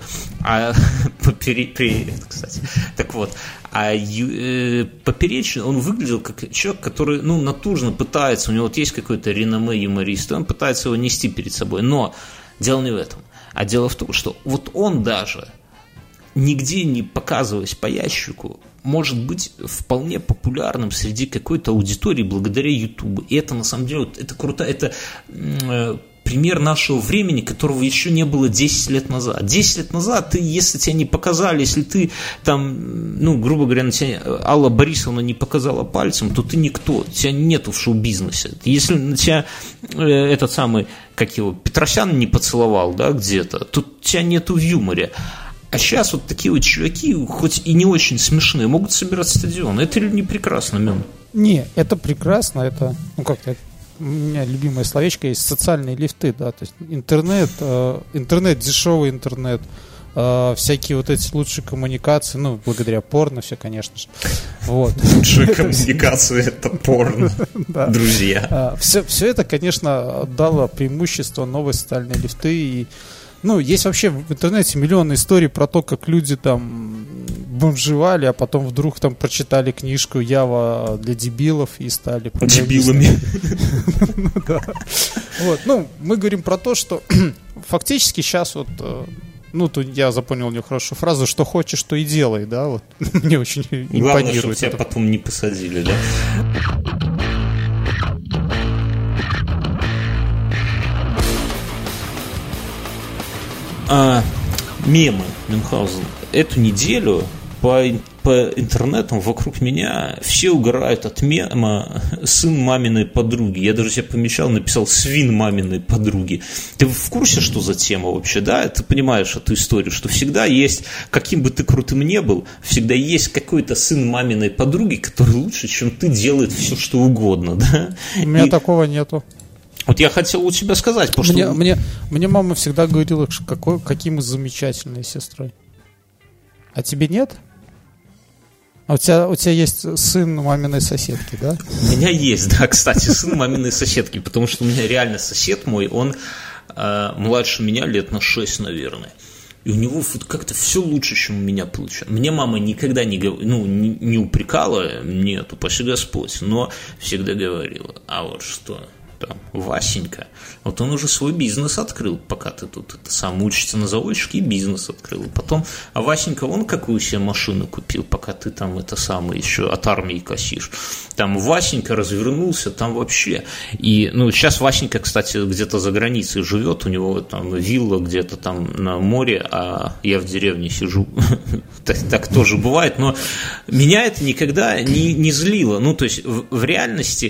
кстати, так вот, Поперечный, он выглядел как человек, который, натужно пытается, у него вот есть какое-то реноме юмориста, он пытается его нести перед собой, но дело не в этом, а дело в том, что вот он даже, нигде не показываясь по ящику, может быть вполне популярным среди какой-то аудитории благодаря Ютубу. И это, на самом деле, это круто, это пример нашего времени, которого еще не было 10 лет назад. 10 лет назад ты, если тебя не показали, если ты там, грубо говоря, на тебя Алла Борисовна не показала пальцем, то ты никто, тебя нету в шоу-бизнесе. Если на тебя этот самый, Петросян не поцеловал, да, где-то, то тебя нету в юморе. А сейчас вот такие вот чуваки, хоть и не очень смешные, могут собирать стадион. Это не прекрасно, Мэн? Не, это прекрасно, это, у меня любимое словечко есть, социальные лифты, да, то есть интернет, дешевый интернет, всякие вот эти лучшие коммуникации, благодаря порно все, конечно же. Вот. Лучшие коммуникации — это порно, друзья. Все это, конечно, дало преимущество новые социальные лифты. И есть вообще в интернете миллионы историй про то, как люди там бомжевали, а потом вдруг там прочитали книжку «Ява для дебилов» и стали дебилами. Мы говорим про то, что фактически сейчас тут я запомнил у него хорошую фразу: что хочешь, то и делай, да, вот. Мне очень импонирует. Главное, чтобы тебя потом не посадили, да? Мемы, Мюнхгаузен. Эту неделю по интернету вокруг меня все угорают от мема «сын маминой подруги». Я даже себе помечал, написал «свин маминой подруги». Ты в курсе, что за тема вообще, да? Ты понимаешь эту историю, что всегда есть, каким бы ты крутым ни был, всегда есть какой-то сын маминой подруги, который лучше, чем ты, делает все, что угодно, да? У меня такого нету. Вот я хотел у тебя сказать, потому что... Мне мама всегда говорила, какие мы замечательные сестрой. А тебе нет? А у тебя есть сын маминой соседки, да? У меня есть, да, кстати, сын маминой соседки, потому что у меня реально сосед мой, он младше меня лет на 6, наверное. и у него как-то все лучше, чем у меня получалось. Мне мама никогда не упрекала, нет, упаси Господь, но всегда говорила, а вот что... Там, Васенька, вот он уже свой бизнес открыл, пока ты тут сам учишься на заводчике, и бизнес открыл. И потом, а Васенька, он какую себе машину купил, пока ты там еще от армии косишь. Там Васенька развернулся, там вообще. И, сейчас Васенька, кстати, где-то за границей живет, у него там вилла где-то там на море, а я в деревне сижу. Так тоже бывает, но меня это никогда не злило. То есть, в реальности,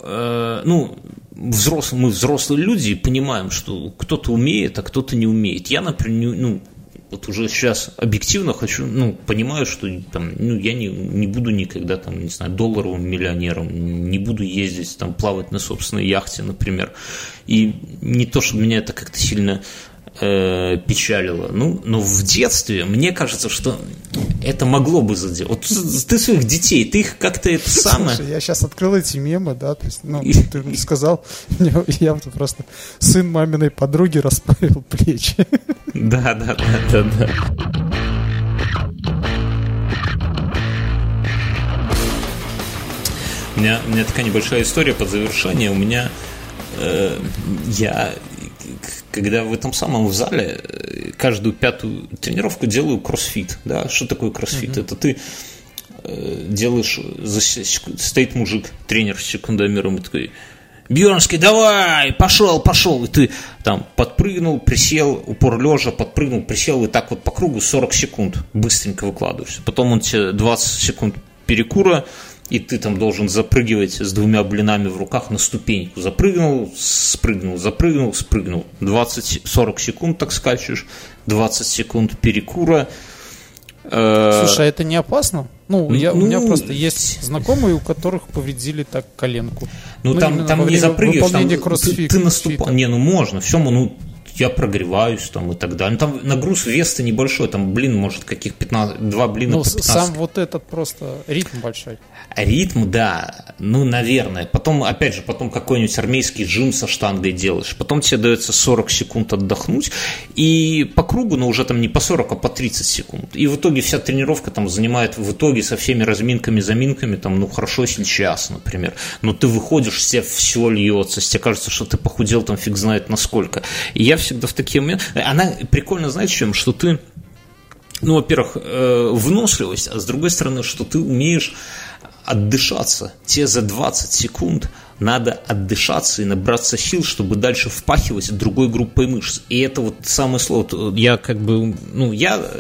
мы взрослые люди и понимаем, что кто-то умеет, а кто-то не умеет. Я, например, вот уже сейчас объективно понимаю, что там, я не буду никогда там, не знаю, долларовым миллионером, не буду ездить там, плавать на собственной яхте, например. И не то, чтобы меня это как-то сильно печалило. Но в детстве мне кажется, что это могло бы заделать. Вот ты своих детей, ты их как-то это самое... Слушай, я сейчас открыл эти мемы, да, то есть, ты мне сказал, я просто сын маминой подруги расправил плечи. Да. У меня такая небольшая история под завершение. У меня когда в этом самом в зале каждую 5-ю тренировку делаю кроссфит. Да? Что такое кроссфит? Это ты делаешь, стоит мужик, тренер с секундомером, и такой: Бьернский, давай, пошел, и ты там подпрыгнул, присел, упор лежа, подпрыгнул, присел, и так вот по кругу 40 секунд быстренько выкладываешься. Потом он тебе 20 секунд перекура, и ты там должен запрыгивать с 2 блинами в руках на ступеньку. Запрыгнул, спрыгнул, запрыгнул, спрыгнул. 20-40 секунд так скачешь, 20 секунд перекура. Слушай, а это не опасно? У меня просто есть знакомые, у которых повредили так коленку. Там не запрыгиваешь, там ты наступаешь. Можно, все, я прогреваюсь там и так далее. Там нагруз веса небольшой, там блин, может, каких 2 блина по 15. Сам вот этот просто ритм большой. Ритм, да, наверное. Потом какой-нибудь армейский жим со штангой делаешь. Потом тебе дается 40 секунд отдохнуть. И по кругу, уже там не по 40, а по 30 секунд. И в итоге вся тренировка там занимает в итоге со всеми разминками, заминками, там, хорошо, если час, например. Но ты выходишь, с тебя все льется, тебе кажется, что ты похудел там фиг знает насколько. И я всегда в такие моменты... Она прикольно, знаешь, чем? Что ты, во-первых, выносливость, а с другой стороны, что ты умеешь отдышаться. Тебе за 20 секунд надо отдышаться и набраться сил, чтобы дальше впахивать другой группой мышц. И это вот самое слово. Я у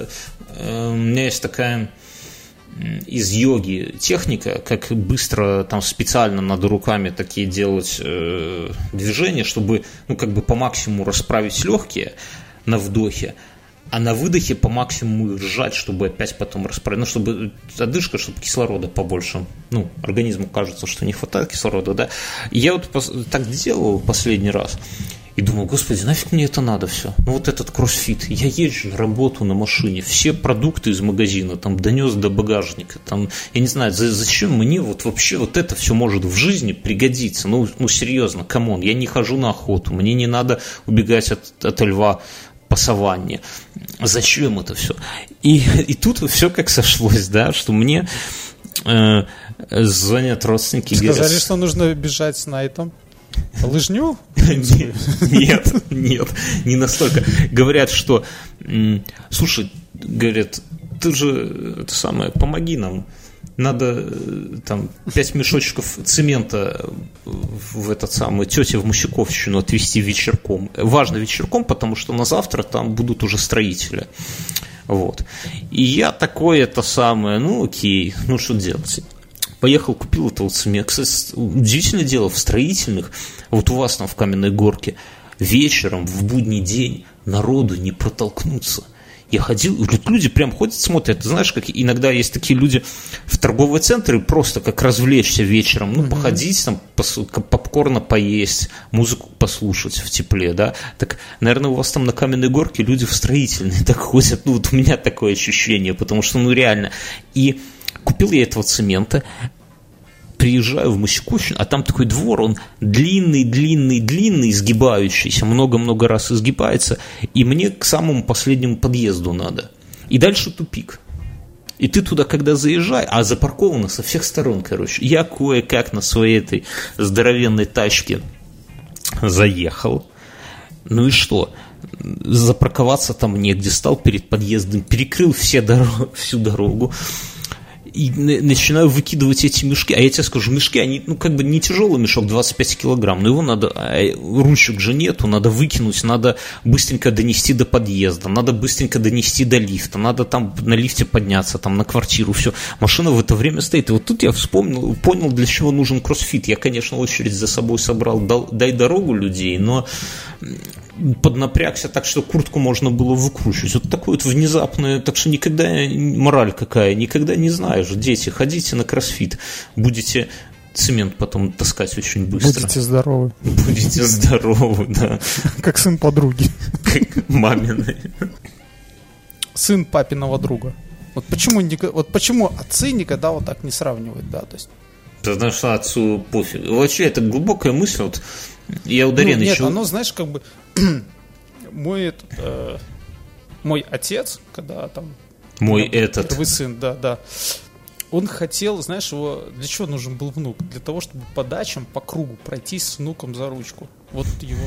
меня есть такая из йоги техника, как быстро там специально над руками такие делать движения, чтобы по максимуму расправить легкие на вдохе, а на выдохе по максимуму их сжать, чтобы опять потом расправить, чтобы одышка, чтобы кислорода побольше, организму кажется, что не хватает кислорода, да. И я вот так делал последний раз. И думал, господи, нафиг мне это надо все? Вот этот кроссфит. Я езжу на работу на машине, все продукты из магазина там донес до багажника. Там, я не знаю, зачем мне вообще это все может в жизни пригодиться? Серьезно, камон, я не хожу на охоту, мне не надо убегать от льва по саванне. Зачем это все? И тут все как сошлось, да, что мне звонят родственники. Сказали, говорят, что нужно бежать на этом. Лыжню? Нет, не настолько. Говорят, что, слушай, говорят, ты же помоги нам. Надо там 5 мешочков цемента в тете в Мощаковщину отвезти вечерком. Важно вечерком, потому что на завтра там будут уже строители. Вот. И я такой окей, что делать? Поехал, купил этого цемента. Кстати, удивительное дело, в строительных, вот у вас там в Каменной Горке, вечером, в будний день народу не протолкнуться. Я ходил, люди прям ходят, смотрят. Ты знаешь, как иногда есть такие люди в торговые центры, просто как развлечься вечером, походить, там, попкорна поесть, музыку послушать в тепле, да. Так, наверное, у вас там на Каменной Горке люди в строительные так ходят. У меня такое ощущение, потому что, реально. И купил я этого цемента, приезжаю в Масикущин, а там такой двор, он длинный, изгибающийся, много-много раз изгибается, и мне к самому последнему подъезду надо. И дальше тупик. И ты туда, когда заезжаешь, а запарковано со всех сторон, короче. Я кое-как на своей этой здоровенной тачке заехал. Ну и что? Запарковаться там негде, стал перед подъездом, перекрыл всю дорогу. И начинаю выкидывать эти мешки. А я тебе скажу, мешки, они, не тяжелый мешок, 25 килограмм, но его надо, ручек же нету, надо выкинуть, надо быстренько донести до подъезда, надо быстренько донести до лифта, надо там на лифте подняться, там на квартиру, все. Машина в это время стоит. И вот тут я понял, для чего нужен кроссфит. Я, конечно, очередь за собой собрал, дай дорогу людей, но поднапрягся так, что куртку можно было выкручивать. Вот такое вот внезапное, так что никогда, мораль какая, никогда не знаешь. Дети, ходите на кроссфит, будете цемент потом таскать очень быстро. Будете здоровы. Будете здоровы, да. Как сын подруги. Как мамины. Сын папиного друга. Вот почему отцы никогда вот так не сравнивают, да, то есть. Потому что отцу пофиг. Вообще, это глубокая мысль, вот я у Дарьяны нет, оно, знаешь, как бы мой отец, когда там первый сын, да, он хотел, знаешь, его для чего нужен был внук? Для того, чтобы по дачам, по кругу пройтись с внуком за ручку. Вот его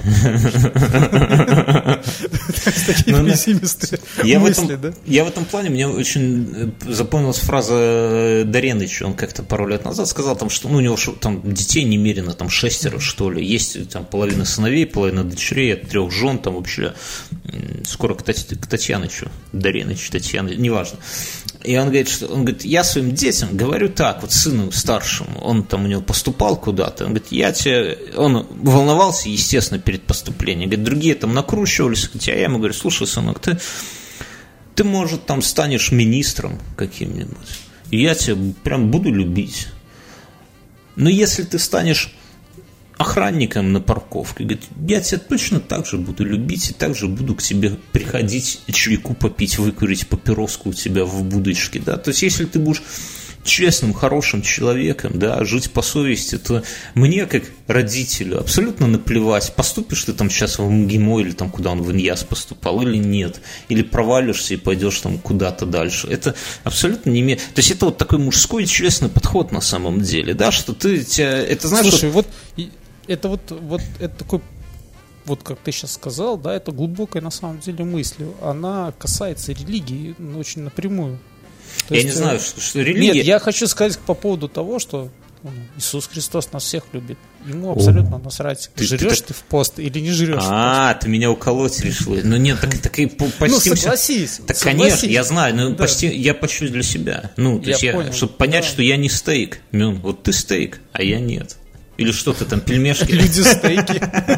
такие пессимисты мысли, да? Я в этом плане, мне очень запомнилась фраза Дареныча, он как-то пару лет назад сказал, что у него там детей немерено, там 6, что ли, есть там половина сыновей, половина дочерей, от 3 жен, там вообще скоро к Татьянычу, Дареныч, Татьяна, неважно. И он говорит, я своим детям говорю так, вот сыну старшему, он там у него поступал куда-то, он говорит, он волновался, естественно, перед поступлением, говорит, другие там накручивались, а я ему говорю, слушай, сынок, ты может, там станешь министром каким-нибудь, и я тебя прям буду любить, но если ты станешь охранником на парковке, говорит, я тебя точно так же буду любить и так же буду к тебе приходить, чайку попить, выкурить папироску у тебя в будочке, да, то есть если ты будешь честным, хорошим человеком, да, жить по совести, то мне, как родителю, абсолютно наплевать, поступишь ты там сейчас в МГИМО или там куда он в ИНЯС поступал или нет, или провалишься и пойдешь там куда-то дальше. Это абсолютно не имеет... То есть это вот такой мужской честный подход на самом деле, да, что это знаешь... Слушай, это такой, вот как ты сейчас сказал, да, это глубокая на самом деле мысль. Она касается религии очень напрямую. Я не знаю, что религия... Нет, я хочу сказать по поводу того, что Иисус Христос нас всех любит. Ему абсолютно насрать, жрешь ты в пост или не жрешь. Ты меня уколоть решил. Ну нет, так и почти... согласись. Так, конечно, я знаю, но почти я почти для себя. То есть чтобы понять, что я не стейк. Вот ты стейк, а я нет. Или что ты там, пельмешки? Люди стейки.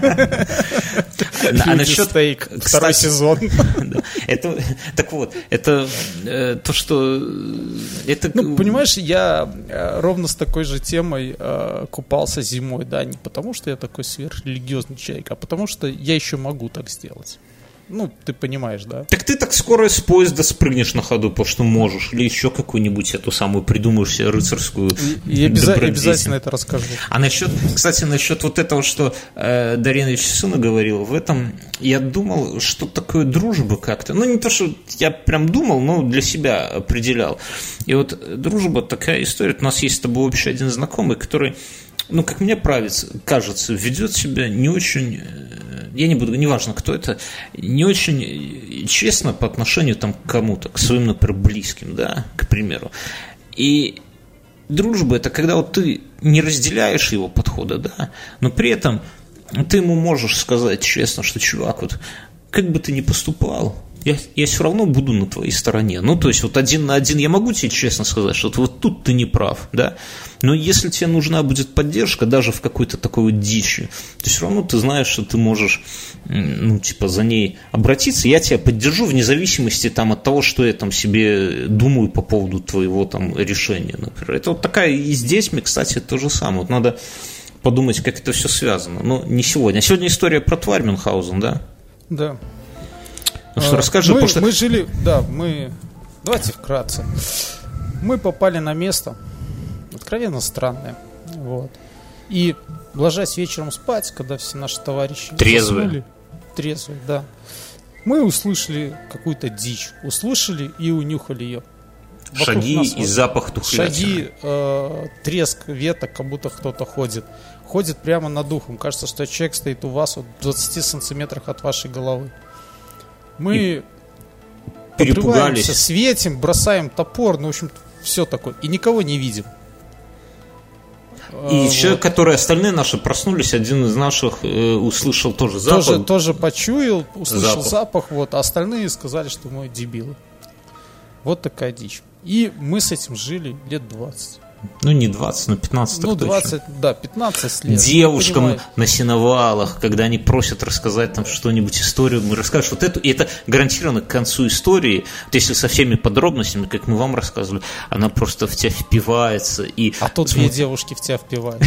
Насчет стейк. Второй сезон. Так вот, это то, что... Понимаешь, я ровно с такой же темой купался зимой, да, не потому что я такой сверхрелигиозный человек, а потому что я еще могу так сделать. Ты понимаешь, да? Так ты так скоро с поезда спрыгнешь на ходу, потому что можешь, или еще какую-нибудь эту самую придумаешь себе рыцарскую обязательно это расскажу. А кстати, насчет вот этого, что Даренович сыну говорил, в этом я думал, что такое дружба как-то. Не то, что я прям думал, но для себя определял. И вот дружба такая история. У нас есть с тобой общий один знакомый, который... как мне кажется, ведет себя не очень, я не буду, неважно, кто это, не очень честно по отношению там, к кому-то, к своим, например, близким, да, к примеру. И дружба – это когда вот ты не разделяешь его подхода, да, но при этом ты ему можешь сказать честно, что, чувак, вот как бы ты ни поступал, я все равно буду на твоей стороне. То есть вот 1 на 1 я могу тебе честно сказать, что вот тут ты не прав, да. Но если тебе нужна будет поддержка, даже в какой-то такой вот дичи, то все равно ты знаешь, что ты можешь, за ней обратиться. Я тебя поддержу вне зависимости там от того, что я там себе думаю по поводу твоего там решения, например. Это вот такая и с детьми, кстати, то же самое. Вот надо подумать, как это все связано. Но не сегодня. А сегодня история про тварь Мюнхгаузен, да? Да. Что расскажи, мы жили, давайте вкратце. Мы попали на место откровенно странное. Вот. И ложась вечером спать, когда все наши товарищи трезвые, да, мы услышали какую-то дичь. Услышали и унюхали ее. Шаги и запах тухлятины. Шаги, треск веток, как будто кто-то ходит. Ходит прямо над ухом. Кажется, что человек стоит у вас вот в 20 сантиметрах от вашей головы. Мы перепугались, светим, бросаем топор, ну, в общем, все такое. И никого не видим. И человек, который остальные наши проснулись, один из наших услышал тоже запах. Тоже почуял, услышал запах, вот, а остальные сказали, что мы дебилы. Вот такая дичь. И мы с этим жили лет 20. Ну, не 20, но 15 Ну, 20, точно. да, 15 лет. Девушкам на сеновалах, когда они просят рассказать там что-нибудь, историю, мы расскажем вот эту, и это гарантированно к концу истории, вот если со всеми подробностями, как мы вам рассказывали, она просто в тебя впивается. А тут две девушки в тебя впивают.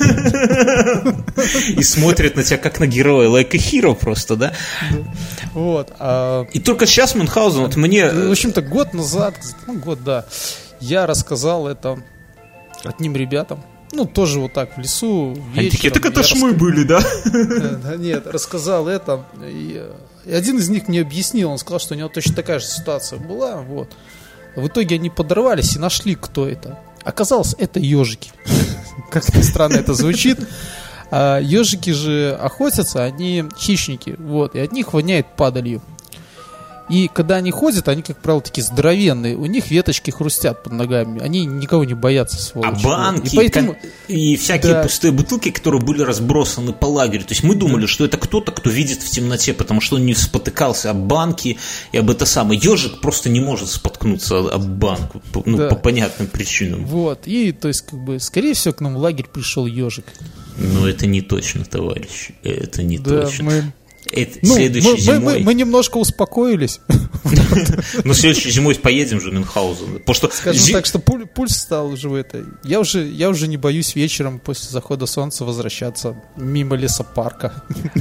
И смотрят на тебя как на героя, like a hero просто, да? Вот. И только сейчас Мюнхгаузен, вот мне... В общем-то, год назад, я рассказал это одним ребятам, ну, тоже вот так в лесу, вечером. Они такие, так это ж мы были, да? Нет, рассказал это, и один из них мне объяснил, он сказал, что у него точно такая же ситуация была, вот. В итоге они подорвались и нашли, кто это. Оказалось, это ежики. Как ни странно это звучит. Ежики же охотятся, они хищники, вот, и от них воняет падалью. И когда они ходят, они, как правило, такие здоровенные. У них веточки хрустят под ногами. Они никого не боятся, сволочи. А банки и, поэтому... и всякие пустые бутылки, которые были разбросаны по лагерю. То есть мы думали, что это кто-то, кто видит в темноте, потому что он не спотыкался об банки и об это самое. Ежик просто не может споткнуться об банку, ну, по понятным причинам. Вот. И, то есть, как бы, скорее всего, к нам в лагерь пришел ежик. Но это не точно, товарищ. Это не точно. Следующей зимой... Мы немножко успокоились. Но следующей зимой поедем же в Мюнхгаузен. Скажем так, что пульс стал уже в этой. Я уже не боюсь вечером после захода солнца возвращаться мимо лесопарка.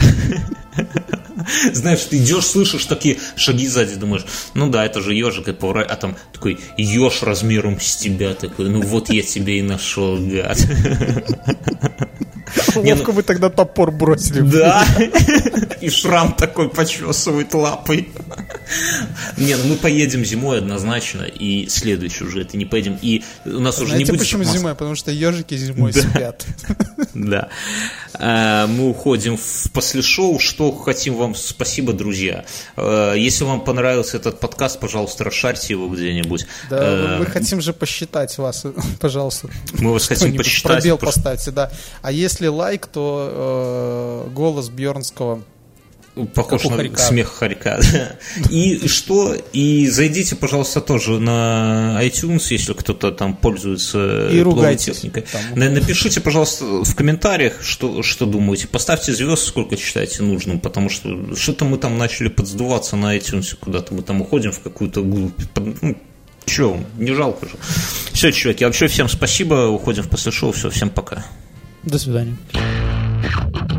Знаешь, ты идешь, слышишь такие шаги сзади, думаешь, ну да, это же ежик, а там такой еж размером с тебя, такой, ну вот я тебе и нашел, гад. Ловко мы тогда топор бросили. Да, и шрам такой почесывает лапой. Не, ну мы поедем зимой однозначно, и следующий уже это не поедем. И у нас уже не будет... Почему зимой? Потому что ежики зимой спят. Да. Мы уходим в послешоу. Что хотим вам... Спасибо, друзья. Если вам понравился этот подкаст, пожалуйста, расшарьте его где-нибудь. Да, мы хотим же посчитать вас, пожалуйста. Мы вас хотим посчитать. Пробел поставьте, да. А если лайк, то голос Бьернского похож на смех хорька. И что? И зайдите, пожалуйста, тоже на iTunes, если кто-то там пользуется техникой. Напишите, пожалуйста, в комментариях, что думаете. Поставьте звезд, сколько считаете нужным, потому что что-то мы там начали подсдуваться на iTunes, куда-то мы там уходим в какую-то глубь. Че, не жалко же. Все, чуваки, вообще всем спасибо. Уходим в после шоу. Все, всем пока. До свидания.